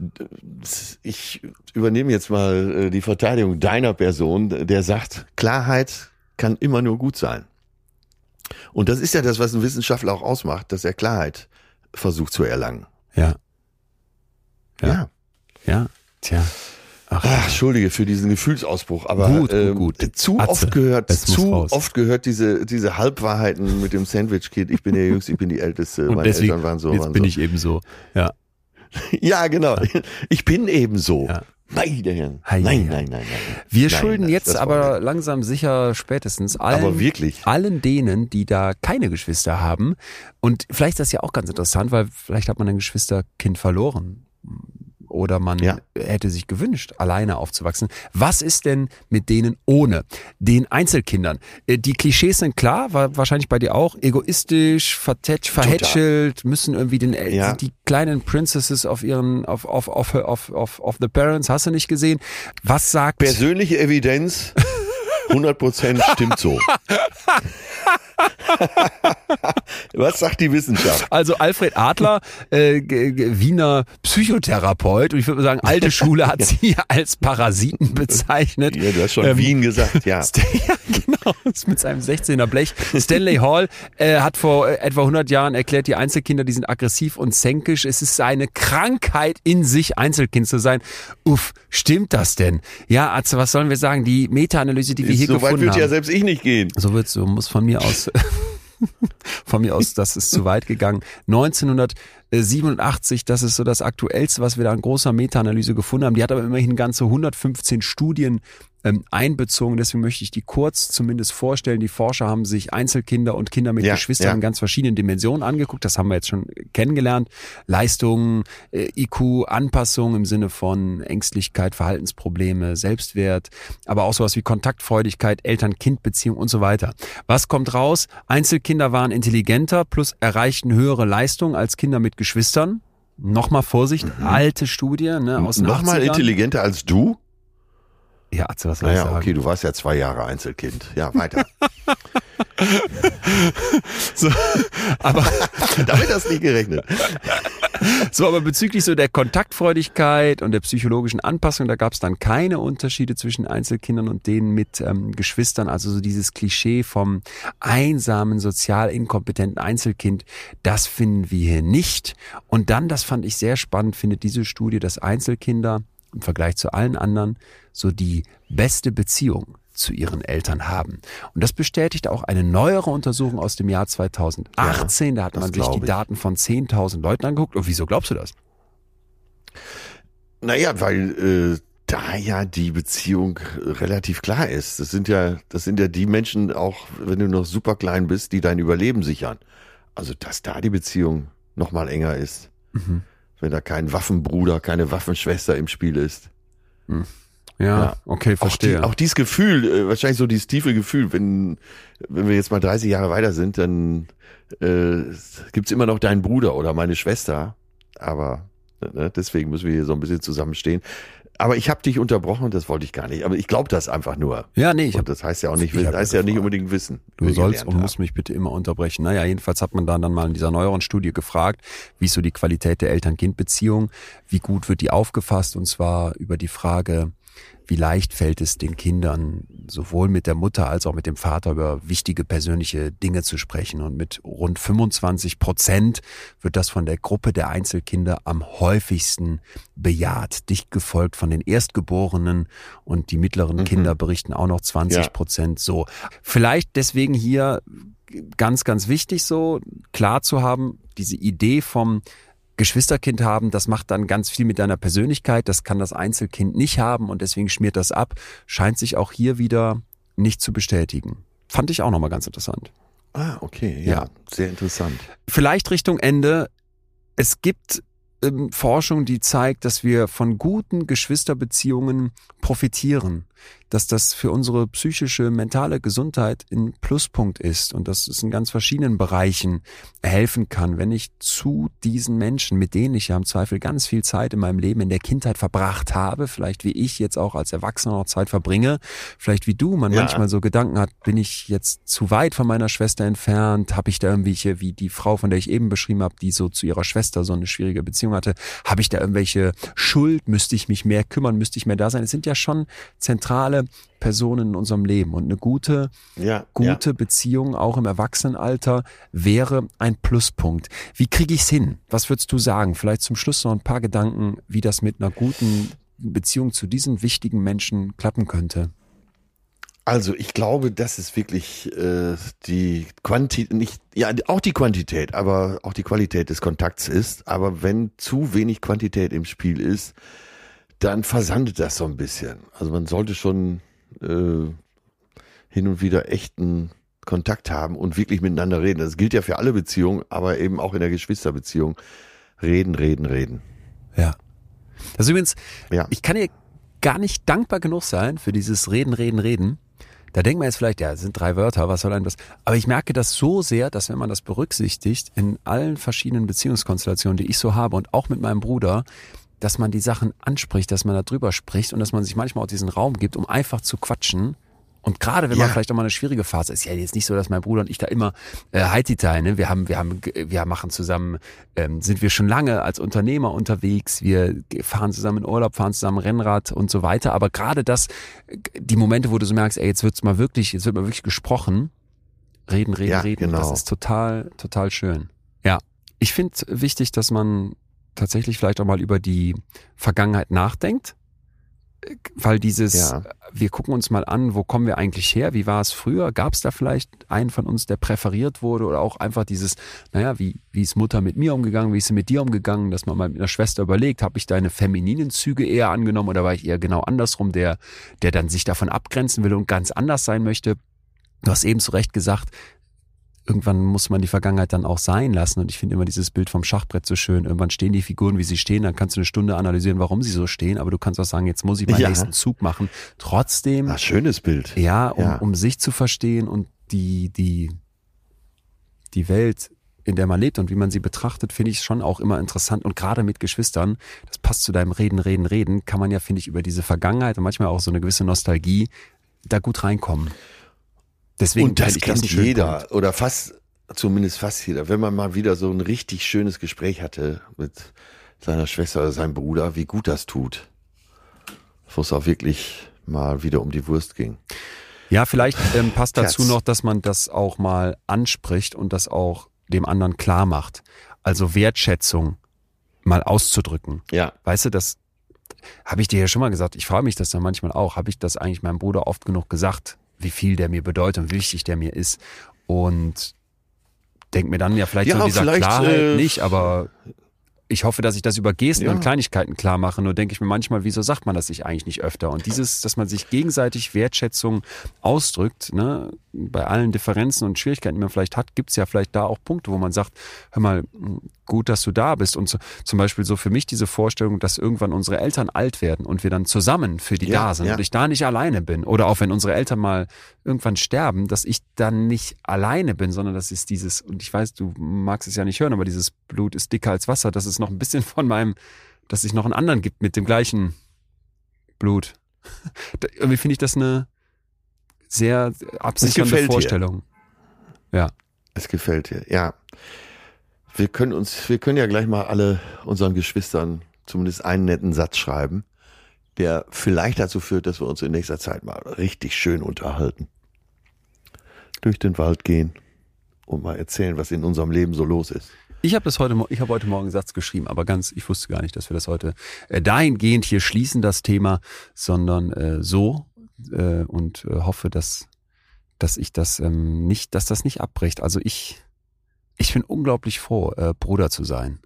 ich übernehme jetzt mal äh, die Verteidigung deiner Person, der sagt, Klarheit kann immer nur gut sein. Und das ist ja das, was ein Wissenschaftler auch ausmacht, dass er Klarheit versucht zu erlangen. Ja. Ja. Ja. Ja. Tja. Ach, Ach, Entschuldige für diesen Gefühlsausbruch, aber gut, ähm, gut, gut. zu Atze, oft gehört, zu raus. oft gehört diese diese Halbwahrheiten mit dem Sandwich-Kid. Ich bin der Jüngste, ich bin die Älteste. Und meine deswegen, Eltern waren so. jetzt waren bin so. ich eben so. Ja. Ja, genau. Ich bin eben so. Ja. Meine Herren. Hei, Nein, hei, nein, nein, nein. Wir Nein, schulden das- jetzt das aber wollen wir. langsam sicher spätestens allen, Aber wirklich. allen denen, die da keine Geschwister haben. Und vielleicht ist das ja auch ganz interessant, weil vielleicht hat man ein Geschwisterkind verloren. Oder man Ja. hätte sich gewünscht, alleine aufzuwachsen. Was ist denn mit denen ohne? Den Einzelkindern. Äh, Die Klischees sind klar, war wahrscheinlich bei dir auch. Egoistisch, vertätsch, verhätschelt, müssen irgendwie den El- Ja. die kleinen Princesses auf ihren, auf, auf, auf, auf, auf, auf the Parents, hast du nicht gesehen? Was sagt Persönliche Evidenz, hundert Prozent stimmt so. Was sagt die Wissenschaft? Also Alfred Adler, äh, G- G- Wiener Psychotherapeut, und ich würde mal sagen, alte Schule hat sie als Parasiten bezeichnet. Ja, du hast schon Ähm, Wien gesagt, ja. St- Ja, genau, ist mit seinem sechzehner Blech. Stanley Hall äh, hat vor äh, etwa hundert Jahren erklärt, die Einzelkinder, die sind aggressiv und zänkisch. Es ist eine Krankheit in sich, Einzelkind zu sein. Uff, stimmt das denn? Ja, Atze, was sollen wir sagen? Die Meta-Analyse, die wir hier So weit gefunden würde haben. ja selbst ich nicht gehen. So wird so muss von mir aus von mir aus, das ist zu weit gegangen. neunzehnhundertsiebenundachtzig, das ist so das Aktuellste, was wir da an großer Meta-Analyse gefunden haben. Die hat aber immerhin ganze hundertfünfzehn Studien ähm, einbezogen. Deswegen möchte ich die kurz zumindest vorstellen. Die Forscher haben sich Einzelkinder und Kinder mit Ja, Geschwistern ja. in ganz verschiedenen Dimensionen angeguckt. Das haben wir jetzt schon kennengelernt. Leistungen, äh, I Q, Anpassung im Sinne von Ängstlichkeit, Verhaltensprobleme, Selbstwert, aber auch sowas wie Kontaktfreudigkeit, Eltern-Kind-Beziehung und so weiter. Was kommt raus? Einzelkinder waren intelligenter plus erreichten höhere Leistungen als Kinder mit Geschwistern. Nochmal Vorsicht, alte Studie, ne, aus den Nochmal achtzigern. intelligenter als du? Ja, Atze, was soll ich Naja, sagen? okay, du warst ja zwei Jahre Einzelkind. Ja, weiter. So, aber Damit hast du nicht gerechnet. So, aber bezüglich so der Kontaktfreudigkeit und der psychologischen Anpassung, da gab es dann keine Unterschiede zwischen Einzelkindern und denen mit ähm, Geschwistern. Also so dieses Klischee vom einsamen, sozial inkompetenten Einzelkind, das finden wir hier nicht. Und dann, das fand ich sehr spannend, findet diese Studie, dass Einzelkinder im Vergleich zu allen anderen so die beste Beziehung zu ihren Eltern haben. Und das bestätigt auch eine neuere Untersuchung aus dem Jahr zweitausendachtzehn. Ja, da hat das man sich glaub die ich. Daten von zehntausend Leuten angeguckt. Und wieso glaubst du das? Naja, weil äh, da ja die Beziehung relativ klar ist. Das sind ja, das sind ja die Menschen, auch wenn du noch super klein bist, die dein Überleben sichern. Also, dass da die Beziehung noch mal enger ist. Mhm. Wenn da kein Waffenbruder, keine Waffenschwester im Spiel ist. Ja, Ja. okay, verstehe. Auch, die, auch dieses Gefühl, äh, wahrscheinlich so dieses tiefe Gefühl, wenn, wenn wir jetzt mal dreißig Jahre weiter sind, dann äh, gibt's immer noch deinen Bruder oder meine Schwester. Aber ne, deswegen müssen wir hier so ein bisschen zusammenstehen. Aber ich habe dich unterbrochen, das wollte ich gar nicht. Aber ich glaube das einfach nur. ja, nee, ich Und hab, das heißt ja auch nicht, ich hab heißt ja nicht gefragt. unbedingt wissen. du wie wir sollst gelernt und haben. musst mich bitte immer unterbrechen. Naja, jedenfalls hat man da dann mal in dieser neueren Studie gefragt, wie ist so die Qualität der Eltern-Kind-Beziehung, wie gut wird die aufgefasst, und zwar über die Frage, wie leicht fällt es den Kindern, sowohl mit der Mutter als auch mit dem Vater über wichtige persönliche Dinge zu sprechen. Und mit rund fünfundzwanzig Prozent wird das von der Gruppe der Einzelkinder am häufigsten bejaht. Dicht gefolgt von den Erstgeborenen, und die mittleren Mhm. Kinder berichten auch noch zwanzig Prozent so. Vielleicht deswegen hier ganz, ganz wichtig so, klar zu haben, diese Idee vom Geschwisterkind haben, das macht dann ganz viel mit deiner Persönlichkeit, das kann das Einzelkind nicht haben und deswegen schmiert das ab, scheint sich auch hier wieder nicht zu bestätigen. Fand ich auch nochmal ganz interessant. Ah, okay, ja, Ja. sehr interessant. Vielleicht Richtung Ende. Es gibt ähm, Forschung, die zeigt, dass wir von guten Geschwisterbeziehungen profitieren, dass das für unsere psychische, mentale Gesundheit ein Pluspunkt ist und dass es in ganz verschiedenen Bereichen helfen kann, wenn ich zu diesen Menschen, mit denen ich ja im Zweifel ganz viel Zeit in meinem Leben in der Kindheit verbracht habe, vielleicht wie ich jetzt auch als Erwachsener noch Zeit verbringe, vielleicht wie du, man Ja. manchmal so Gedanken hat, bin ich jetzt zu weit von meiner Schwester entfernt, habe ich da irgendwelche, wie die Frau, von der ich eben beschrieben habe, die so zu ihrer Schwester so eine schwierige Beziehung hatte, habe ich da irgendwelche Schuld, müsste ich mich mehr kümmern, müsste ich mehr da sein? Es sind ja schon zentrale zentrale Person in unserem Leben und eine gute, Ja, gute ja. Beziehung auch im Erwachsenenalter wäre ein Pluspunkt. Wie kriege ich es hin? Was würdest du sagen? Vielleicht zum Schluss noch ein paar Gedanken, wie das mit einer guten Beziehung zu diesen wichtigen Menschen klappen könnte. Also ich glaube, dass es wirklich äh, die Quantität, nicht, ja auch die Quantität, aber auch die Qualität des Kontakts ist. Aber wenn zu wenig Quantität im Spiel ist, dann versandet das so ein bisschen. Also man sollte schon äh, hin und wieder echten Kontakt haben und wirklich miteinander reden. Das gilt ja für alle Beziehungen, aber eben auch in der Geschwisterbeziehung. Reden, reden, reden. Ja. Das ist übrigens, Ja. ich kann dir gar nicht dankbar genug sein für dieses Reden, Reden, Reden. Da denkt man jetzt vielleicht, ja, es sind drei Wörter, was soll denn das? Aber ich merke das so sehr, dass wenn man das berücksichtigt, in allen verschiedenen Beziehungskonstellationen, die ich so habe und auch mit meinem Bruder, dass man die Sachen anspricht, dass man da drüber spricht und dass man sich manchmal auch diesen Raum gibt, um einfach zu quatschen. Und gerade wenn Ja. man vielleicht auch mal eine schwierige Phase ist, ja jetzt nicht so, dass mein Bruder und ich da immer äh, Heititei, ne? Wir haben, wir haben, wir machen zusammen, ähm, sind wir schon lange als Unternehmer unterwegs, wir fahren zusammen in Urlaub, fahren zusammen Rennrad und so weiter. Aber gerade das, die Momente, wo du so merkst, ey, jetzt wird's mal wirklich, jetzt wird mal wirklich gesprochen, reden, reden, Ja, reden. genau. Das ist total, total schön. Ja, ich finde wichtig, dass man tatsächlich vielleicht auch mal über die Vergangenheit nachdenkt. Weil dieses, Ja. wir gucken uns mal an, wo kommen wir eigentlich her, wie war es früher, gab es da vielleicht einen von uns, der präferiert wurde oder auch einfach dieses, naja, wie, wie ist Mutter mit mir umgegangen, wie ist sie mit dir umgegangen, dass man mal mit einer Schwester überlegt, habe ich deine femininen Züge eher angenommen oder war ich eher genau andersrum, der, der dann sich davon abgrenzen will und ganz anders sein möchte. Du hast eben zu Recht gesagt, irgendwann muss man die Vergangenheit dann auch sein lassen und ich finde immer dieses Bild vom Schachbrett so schön. Irgendwann stehen die Figuren, wie sie stehen, dann kannst du eine Stunde analysieren, warum sie so stehen, aber du kannst auch sagen, jetzt muss ich meinen Ja. nächsten Zug machen. Trotzdem, Ah, schönes Bild. ja, um, Ja. um sich zu verstehen und die, die, die Welt, in der man lebt und wie man sie betrachtet, finde ich schon auch immer interessant und gerade mit Geschwistern, das passt zu deinem Reden, Reden, Reden, kann man ja, finde ich, über diese Vergangenheit und manchmal auch so eine gewisse Nostalgie da gut reinkommen. Deswegen Und das fände ich kennt einen schönen jeder Punkt. oder fast, zumindest fast jeder. Wenn man mal wieder so ein richtig schönes Gespräch hatte mit seiner Schwester oder seinem Bruder, wie gut das tut. Wo es auch wirklich mal wieder um die Wurst ging. Ja, vielleicht ähm, passt dazu Kerz. noch, dass man das auch mal anspricht und das auch dem anderen klar macht. Also Wertschätzung mal auszudrücken. Ja. Weißt du, das habe ich dir ja schon mal gesagt. Ich frage mich das dann manchmal auch. Habe ich das eigentlich meinem Bruder oft genug gesagt, wie viel der mir bedeutet und wie wichtig der mir ist? Und denk mir dann ja vielleicht Ja, so in dieser vielleicht, Klarheit äh, nicht, aber ich hoffe, dass ich das über Gesten Ja. und Kleinigkeiten klar mache. Nur denke ich mir manchmal, wieso sagt man das sich eigentlich nicht öfter? Und dieses, dass man sich gegenseitig Wertschätzung ausdrückt, ne, bei allen Differenzen und Schwierigkeiten, die man vielleicht hat, gibt es ja vielleicht da auch Punkte, wo man sagt, hör mal, gut, dass du da bist. Und so, zum Beispiel so für mich diese Vorstellung, dass irgendwann unsere Eltern alt werden und wir dann zusammen für die Ja, da sind ja. und ich da nicht alleine bin. Oder auch wenn unsere Eltern mal irgendwann sterben, dass ich dann nicht alleine bin, sondern das ist dieses, und ich weiß, du magst es ja nicht hören, aber dieses Blut ist dicker als Wasser, das ist noch ein bisschen von meinem, dass es noch einen anderen gibt mit dem gleichen Blut. Da, irgendwie finde ich das eine sehr absichernde gefällt dir. Vorstellung. Ja. Es gefällt dir, ja. Wir können uns, wir können ja gleich mal alle unseren Geschwistern zumindest einen netten Satz schreiben, der vielleicht dazu führt, dass wir uns in nächster Zeit mal richtig schön unterhalten. Durch den Wald gehen und mal erzählen, was in unserem Leben so los ist. Ich habe das heute, Mo- ich habe heute Morgen einen Satz geschrieben, aber ganz, ich wusste gar nicht, dass wir das heute äh, dahingehend hier schließen, das Thema, sondern äh, so äh, und äh, hoffe, dass, dass ich das ähm, nicht, dass das nicht abbricht. Also ich, ich bin unglaublich froh, äh, Bruder zu sein.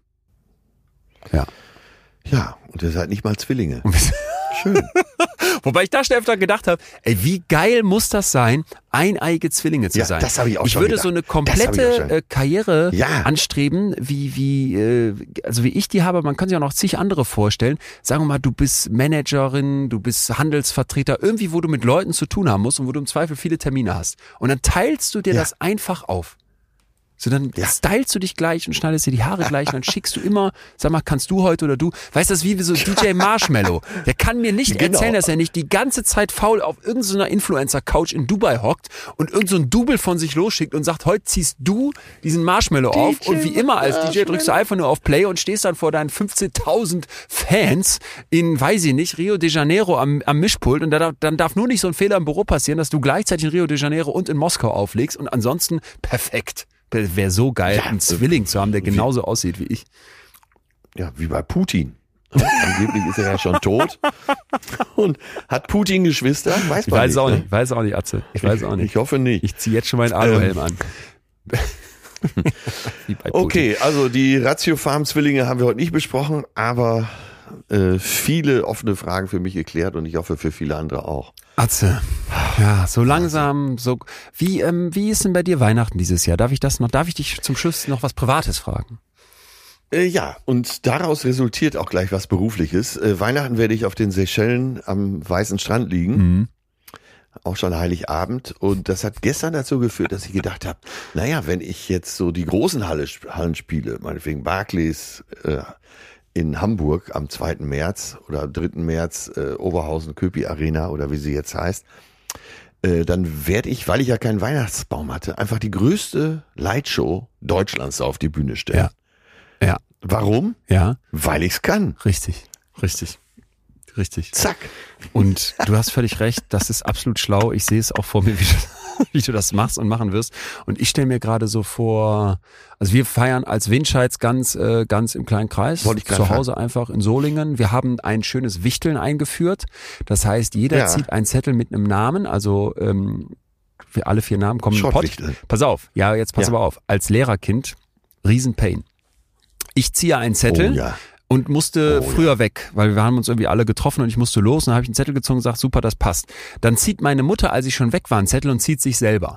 Ja. Ja, und ihr seid nicht mal Zwillinge. Und wir- Schön. Wobei ich da schon öfter gedacht habe, ey, wie geil muss das sein, eineige Zwillinge zu Ja, sein. das habe ich auch Ich schon würde gedacht. so eine Das habe ich auch komplette schon. äh, Karriere Ja. anstreben, wie wie äh, also wie ich die habe. Man kann sich auch noch zig andere vorstellen. Sagen wir mal, du bist Managerin, du bist Handelsvertreter, irgendwie, wo du mit Leuten zu tun haben musst und wo du im Zweifel viele Termine hast. Und dann teilst du dir Ja. das einfach auf. So, dann Ja. stylst du dich gleich und schneidest dir die Haare gleich und dann schickst du immer, sag mal, kannst du heute oder du, weißt du, das ist wie so D J Marshmallow. Der kann mir nicht Genau. erzählen, dass er nicht die ganze Zeit faul auf irgendeiner Influencer-Couch in Dubai hockt und irgend so ein Double von sich losschickt und sagt, heute ziehst du diesen Marshmallow auf und wie immer als D J drückst du einfach nur auf Play und stehst dann vor deinen fünfzehntausend Fans in, weiß ich nicht, Rio de Janeiro am, am Mischpult und da, dann darf nur nicht so ein Fehler im Büro passieren, dass du gleichzeitig in Rio de Janeiro und in Moskau auflegst und ansonsten perfekt. Wäre so geil, Ja, einen Zwilling zu haben, der wie- genauso aussieht wie ich. Ja, wie bei Putin. Angeblich ist er ja schon tot. Und hat Putin Geschwister? Weiß Ich man weiß nicht, auch ne? nicht, weiß auch nicht, Atze. Ich weiß auch nicht. Ich hoffe nicht. Ich ziehe jetzt schon meinen Aluhelm Ähm. an. Wie bei Putin. Okay, also die Ratio-Farm-Zwillinge haben wir heute nicht besprochen, aber äh, viele offene Fragen für mich geklärt und ich hoffe für viele andere auch. Atze, ja, so langsam, so, wie, ähm, wie ist denn bei dir Weihnachten dieses Jahr? Darf ich das noch, darf ich dich zum Schluss noch was Privates fragen? Äh, ja, und daraus resultiert auch gleich was Berufliches. Äh, Weihnachten werde ich auf den Seychellen am weißen Strand liegen. Mhm. Auch schon Heiligabend. Und das hat gestern dazu geführt, dass ich gedacht habe, naja, wenn ich jetzt so die großen Halle, Hallen spiele, meinetwegen Barclays äh, in Hamburg am zweiten März oder am dritten März äh, Oberhausen Köpi Arena oder wie sie jetzt heißt, äh, dann werde ich, weil ich ja keinen Weihnachtsbaum hatte, einfach die größte Lightshow Deutschlands auf die Bühne stellen. Ja. Ja. Warum? Ja, Weil ich's kann. richtig, richtig, richtig. Zack. Und du hast völlig recht, das ist absolut schlau. Ich sehe es auch vor mir, wie du, wie du das machst und machen wirst. Und ich stelle mir gerade so vor, also wir feiern als Windscheids ganz, äh, ganz im kleinen Kreis, Wollte ich grad zu Hause einfach in Solingen. Wir haben ein schönes Wichteln eingeführt. Das heißt, jeder Ja. zieht einen Zettel mit einem Namen, also ähm, wir alle vier Namen kommen in den Pott. Schottwichteln. Pass auf, ja, jetzt pass Ja. aber auf. Als Lehrerkind, Riesenpain. Ich ziehe einen Zettel. Oh ja. Und musste Oh, früher weg, weil wir haben uns irgendwie alle getroffen und ich musste los. Und dann habe ich einen Zettel gezogen und gesagt, super, das passt. Dann zieht meine Mutter, als ich schon weg war, einen Zettel und zieht sich selber.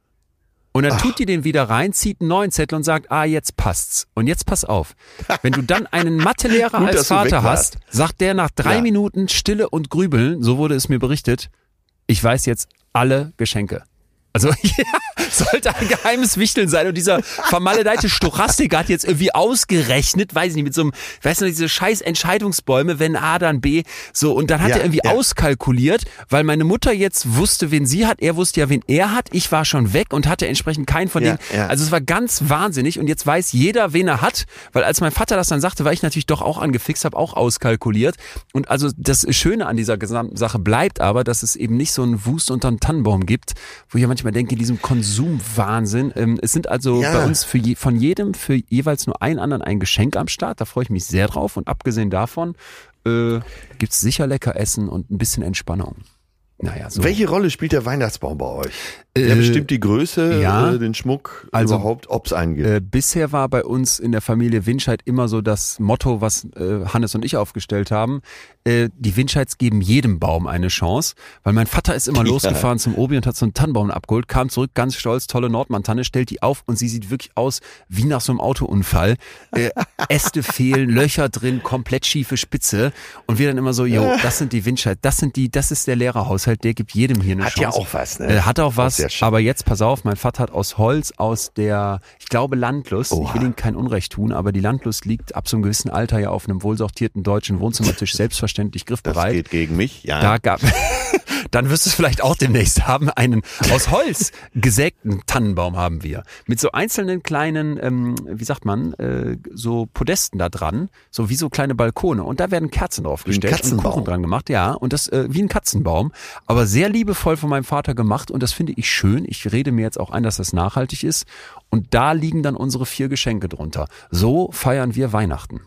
Und dann Ach. tut die den wieder rein, zieht einen neuen Zettel und sagt, ah, jetzt passt's. Und jetzt pass auf. Wenn du dann einen Mathelehrer Gut, als dass du weg Vater warst. hast, sagt der nach drei Ja. Minuten Stille und Grübeln, so wurde es mir berichtet, ich weiß jetzt alle Geschenke. Also ja, sollte ein geheimes Wichteln sein und dieser vermaledeite Stochastiker hat jetzt irgendwie ausgerechnet, weiß ich nicht, mit so einem, weißt du noch, diese scheiß Entscheidungsbäume, wenn A, dann B, so und dann hat Ja, er irgendwie ja. auskalkuliert, weil meine Mutter jetzt wusste, wen sie hat, er wusste ja, wen er hat, ich war schon weg und hatte entsprechend keinen von Ja, denen. ja. Also es war ganz wahnsinnig und jetzt weiß jeder, wen er hat, weil als mein Vater das dann sagte, war ich natürlich doch auch angefixt, habe auch auskalkuliert und also das Schöne an dieser gesamten Sache bleibt aber, dass es eben nicht so einen Wust unter einen Tannenbaum gibt, wo ich ja manchmal denke, in diesem Konsumwahnsinn. Ähm, es sind also Ja. bei uns für je, von jedem für jeweils nur einen anderen ein Geschenk am Start. Da freue ich mich sehr drauf. Und abgesehen davon äh, gibt es sicher lecker Essen und ein bisschen Entspannung. Naja, so. Welche Rolle spielt der Weihnachtsbaum bei euch? Äh, Der bestimmt die Größe, ja. äh, den Schmuck, Also, überhaupt, ob es einen gibt. Äh, bisher war bei uns in der Familie Windscheid immer so das Motto, was äh, Hannes und ich aufgestellt haben. Äh, die Windscheids geben jedem Baum eine Chance, weil mein Vater ist immer Ja. losgefahren zum Obi und hat so einen Tannenbaum abgeholt, kam zurück, ganz stolz, tolle Nordmann-Tanne, stellt die auf und sie sieht wirklich aus wie nach so einem Autounfall. Äh, Äste fehlen, Löcher drin, komplett schiefe Spitze und wir dann immer so, jo, das sind die Windscheid, das sind die, das ist der Lehrerhaushalt, der gibt jedem hier eine Hat Chance. ja auch was, ne? Äh, hat auch was, sehr schön. aber jetzt pass auf, mein Vater hat aus Holz, aus der, ich glaube Landlust, Oha. ich will ihm kein Unrecht tun, aber die Landlust liegt ab so einem gewissen Alter ja auf einem wohlsortierten deutschen Wohnzimmertisch selbstverständlich Das griffbereit. geht gegen mich, ja. Da gab, dann wirst du es vielleicht auch demnächst haben, einen aus Holz gesägten Tannenbaum haben wir. Mit so einzelnen kleinen, ähm, wie sagt man, äh, so Podesten da dran, so wie so kleine Balkone. Und da werden Kerzen draufgestellt und Katzenbaum. Kuchen dran gemacht, ja. Und das äh, wie ein Katzenbaum, aber sehr liebevoll von meinem Vater gemacht. Und das finde ich schön. Ich rede mir jetzt auch ein, dass das nachhaltig ist. Und da liegen dann unsere vier Geschenke drunter. So feiern wir Weihnachten.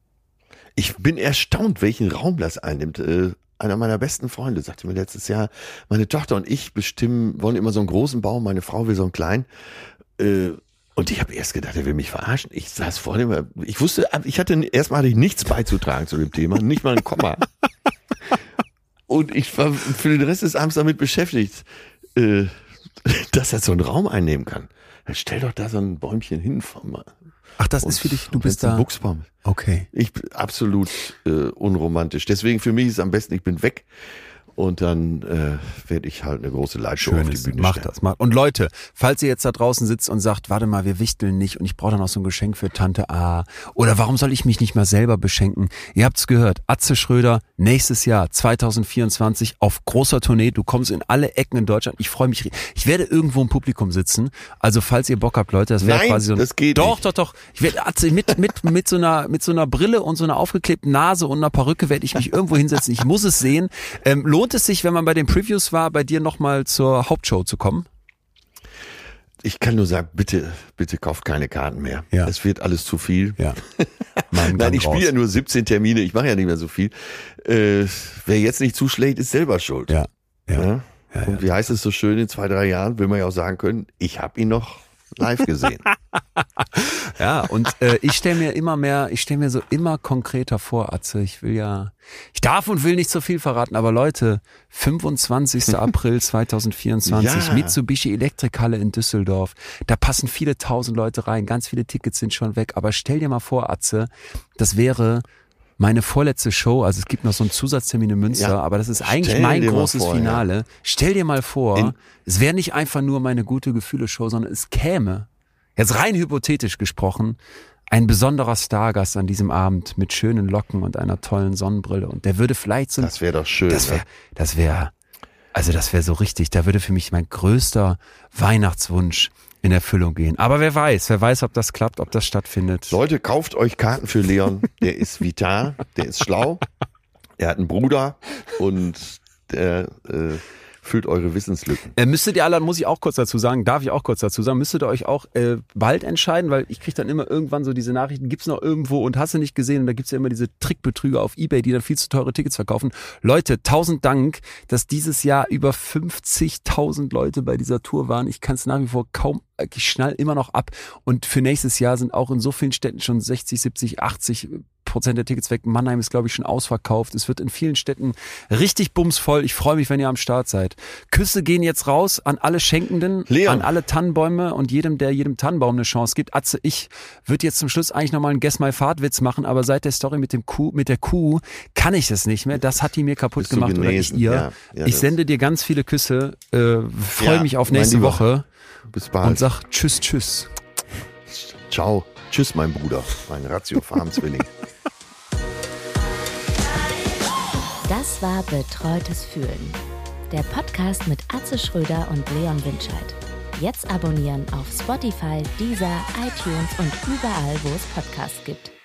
Ich bin erstaunt, welchen Raum das einnimmt. Äh, einer meiner besten Freunde sagte mir letztes Jahr, meine Tochter und ich bestimmen, wollen immer so einen großen Baum, meine Frau will so einen kleinen. Äh, und ich habe erst gedacht, er will mich verarschen. Ich saß vor dem, ich wusste, ich hatte erstmal hatte ich nichts beizutragen zu dem Thema, nicht mal ein Komma. Und ich war für den Rest des Abends damit beschäftigt, äh, dass er so einen Raum einnehmen kann. Dann stell doch da so ein Bäumchen hin. Vom, Ach, das und- ist für dich, du und bist wenn's ein da. Buchsbaum ist. Okay. Ich bin absolut äh, unromantisch. Deswegen für mich ist es am besten, ich bin weg. Und dann äh, werde ich halt eine große Lightshow auf die Bühne macht stellen. das, macht. Und Leute, falls ihr jetzt da draußen sitzt und sagt, warte mal, wir wichteln nicht und ich brauche dann noch so ein Geschenk für Tante A. Oder warum soll ich mich nicht mal selber beschenken? Ihr habt's gehört, Atze Schröder, nächstes Jahr, zwanzig vierundzwanzig, auf großer Tournee. Du kommst in alle Ecken in Deutschland. Ich freue mich. Ich werde irgendwo im Publikum sitzen. Also falls ihr Bock habt, Leute, das wäre quasi so ein... das geht Doch, nicht. doch, doch. Ich werde Atze mit, mit, mit so einer, mit so einer Brille und so einer aufgeklebten Nase und einer Perücke werde ich mich irgendwo hinsetzen. Ich muss es sehen. Ähm, lohnt es sich, wenn man bei den Previews war, bei dir nochmal zur Hauptshow zu kommen? Ich kann nur sagen, bitte, bitte kauft keine Karten mehr. Ja. Es wird alles zu viel. Ja. Nein, Nein, ich spiele ja nur siebzehn Termine, ich mache ja nicht mehr so viel. Äh, wer jetzt nicht zuschlägt, ist selber schuld. Ja, ja. Ja? Ja, Und wie heißt es so schön, in zwei, drei Jahren will man ja auch sagen können, ich habe ihn noch live gesehen. Ja, und äh, ich stelle mir immer mehr, ich stelle mir so immer konkreter vor, Atze, ich will ja, ich darf und will nicht so viel verraten, aber Leute, fünfundzwanzigster April zweitausendvierundzwanzig, Ja. Mitsubishi Elektrikhalle in Düsseldorf, da passen viele tausend Leute rein, ganz viele Tickets sind schon weg, aber stell dir mal vor, Atze, das wäre meine vorletzte Show, also es gibt noch so einen Zusatztermin in Münster, Ja. aber das ist eigentlich Stell mein dir mal großes vor, Finale. ja. Stell dir mal vor, In- es wäre nicht einfach nur meine Gute-Gefühle-Show, sondern es käme, jetzt rein hypothetisch gesprochen, ein besonderer Stargast an diesem Abend mit schönen Locken und einer tollen Sonnenbrille und der würde vielleicht so... Das wäre doch schön. Das wäre, ne? das wäre, also das wäre so richtig, da würde für mich mein größter Weihnachtswunsch in Erfüllung gehen. Aber wer weiß, wer weiß, ob das klappt, ob das stattfindet. Leute, kauft euch Karten für Leon. Der ist vital, der ist schlau, er hat einen Bruder und der äh, füllt eure Wissenslücken. Äh, müsstet ihr alle, muss ich auch kurz dazu sagen, darf ich auch kurz dazu sagen, müsstet ihr euch auch äh, bald entscheiden, weil ich kriege dann immer irgendwann so diese Nachrichten, gibt's noch irgendwo und hast du nicht gesehen und da gibt's ja immer diese Trickbetrüger auf eBay, die dann viel zu teure Tickets verkaufen. Leute, tausend Dank, dass dieses Jahr über fünfzigtausend Leute bei dieser Tour waren. Ich kann es nach wie vor kaum, ich schnall immer noch ab und für nächstes Jahr sind auch in so vielen Städten schon sechzig, siebzig, achtzig Prozent der Tickets weg. Mannheim ist, glaube ich, schon ausverkauft. Es wird in vielen Städten richtig bumsvoll. Ich freue mich, wenn ihr am Start seid. Küsse gehen jetzt raus an alle Schenkenden, Leon. an alle Tannenbäume und jedem, der jedem Tannenbaum eine Chance gibt. Atze, ich würde jetzt zum Schluss eigentlich nochmal einen Guess My Fahrt-Witz machen, aber seit der Story mit dem Kuh, mit der Kuh kann ich das nicht mehr. Das hat die mir kaputt Bist du gemacht oder ich genesen? ihr. Ja, ja, ich das- sende dir ganz viele Küsse, äh, freue Ja, mich auf mein nächste Lieber. Woche Bis bald. und sag Tschüss, Tschüss. Ciao. Tschüss, mein Bruder, mein Ratio-Farm-Zwilling. Das war Betreutes Fühlen. Der Podcast mit Atze Schröder und Leon Winscheid. Jetzt abonnieren auf Spotify, Deezer, iTunes und überall, wo es Podcasts gibt.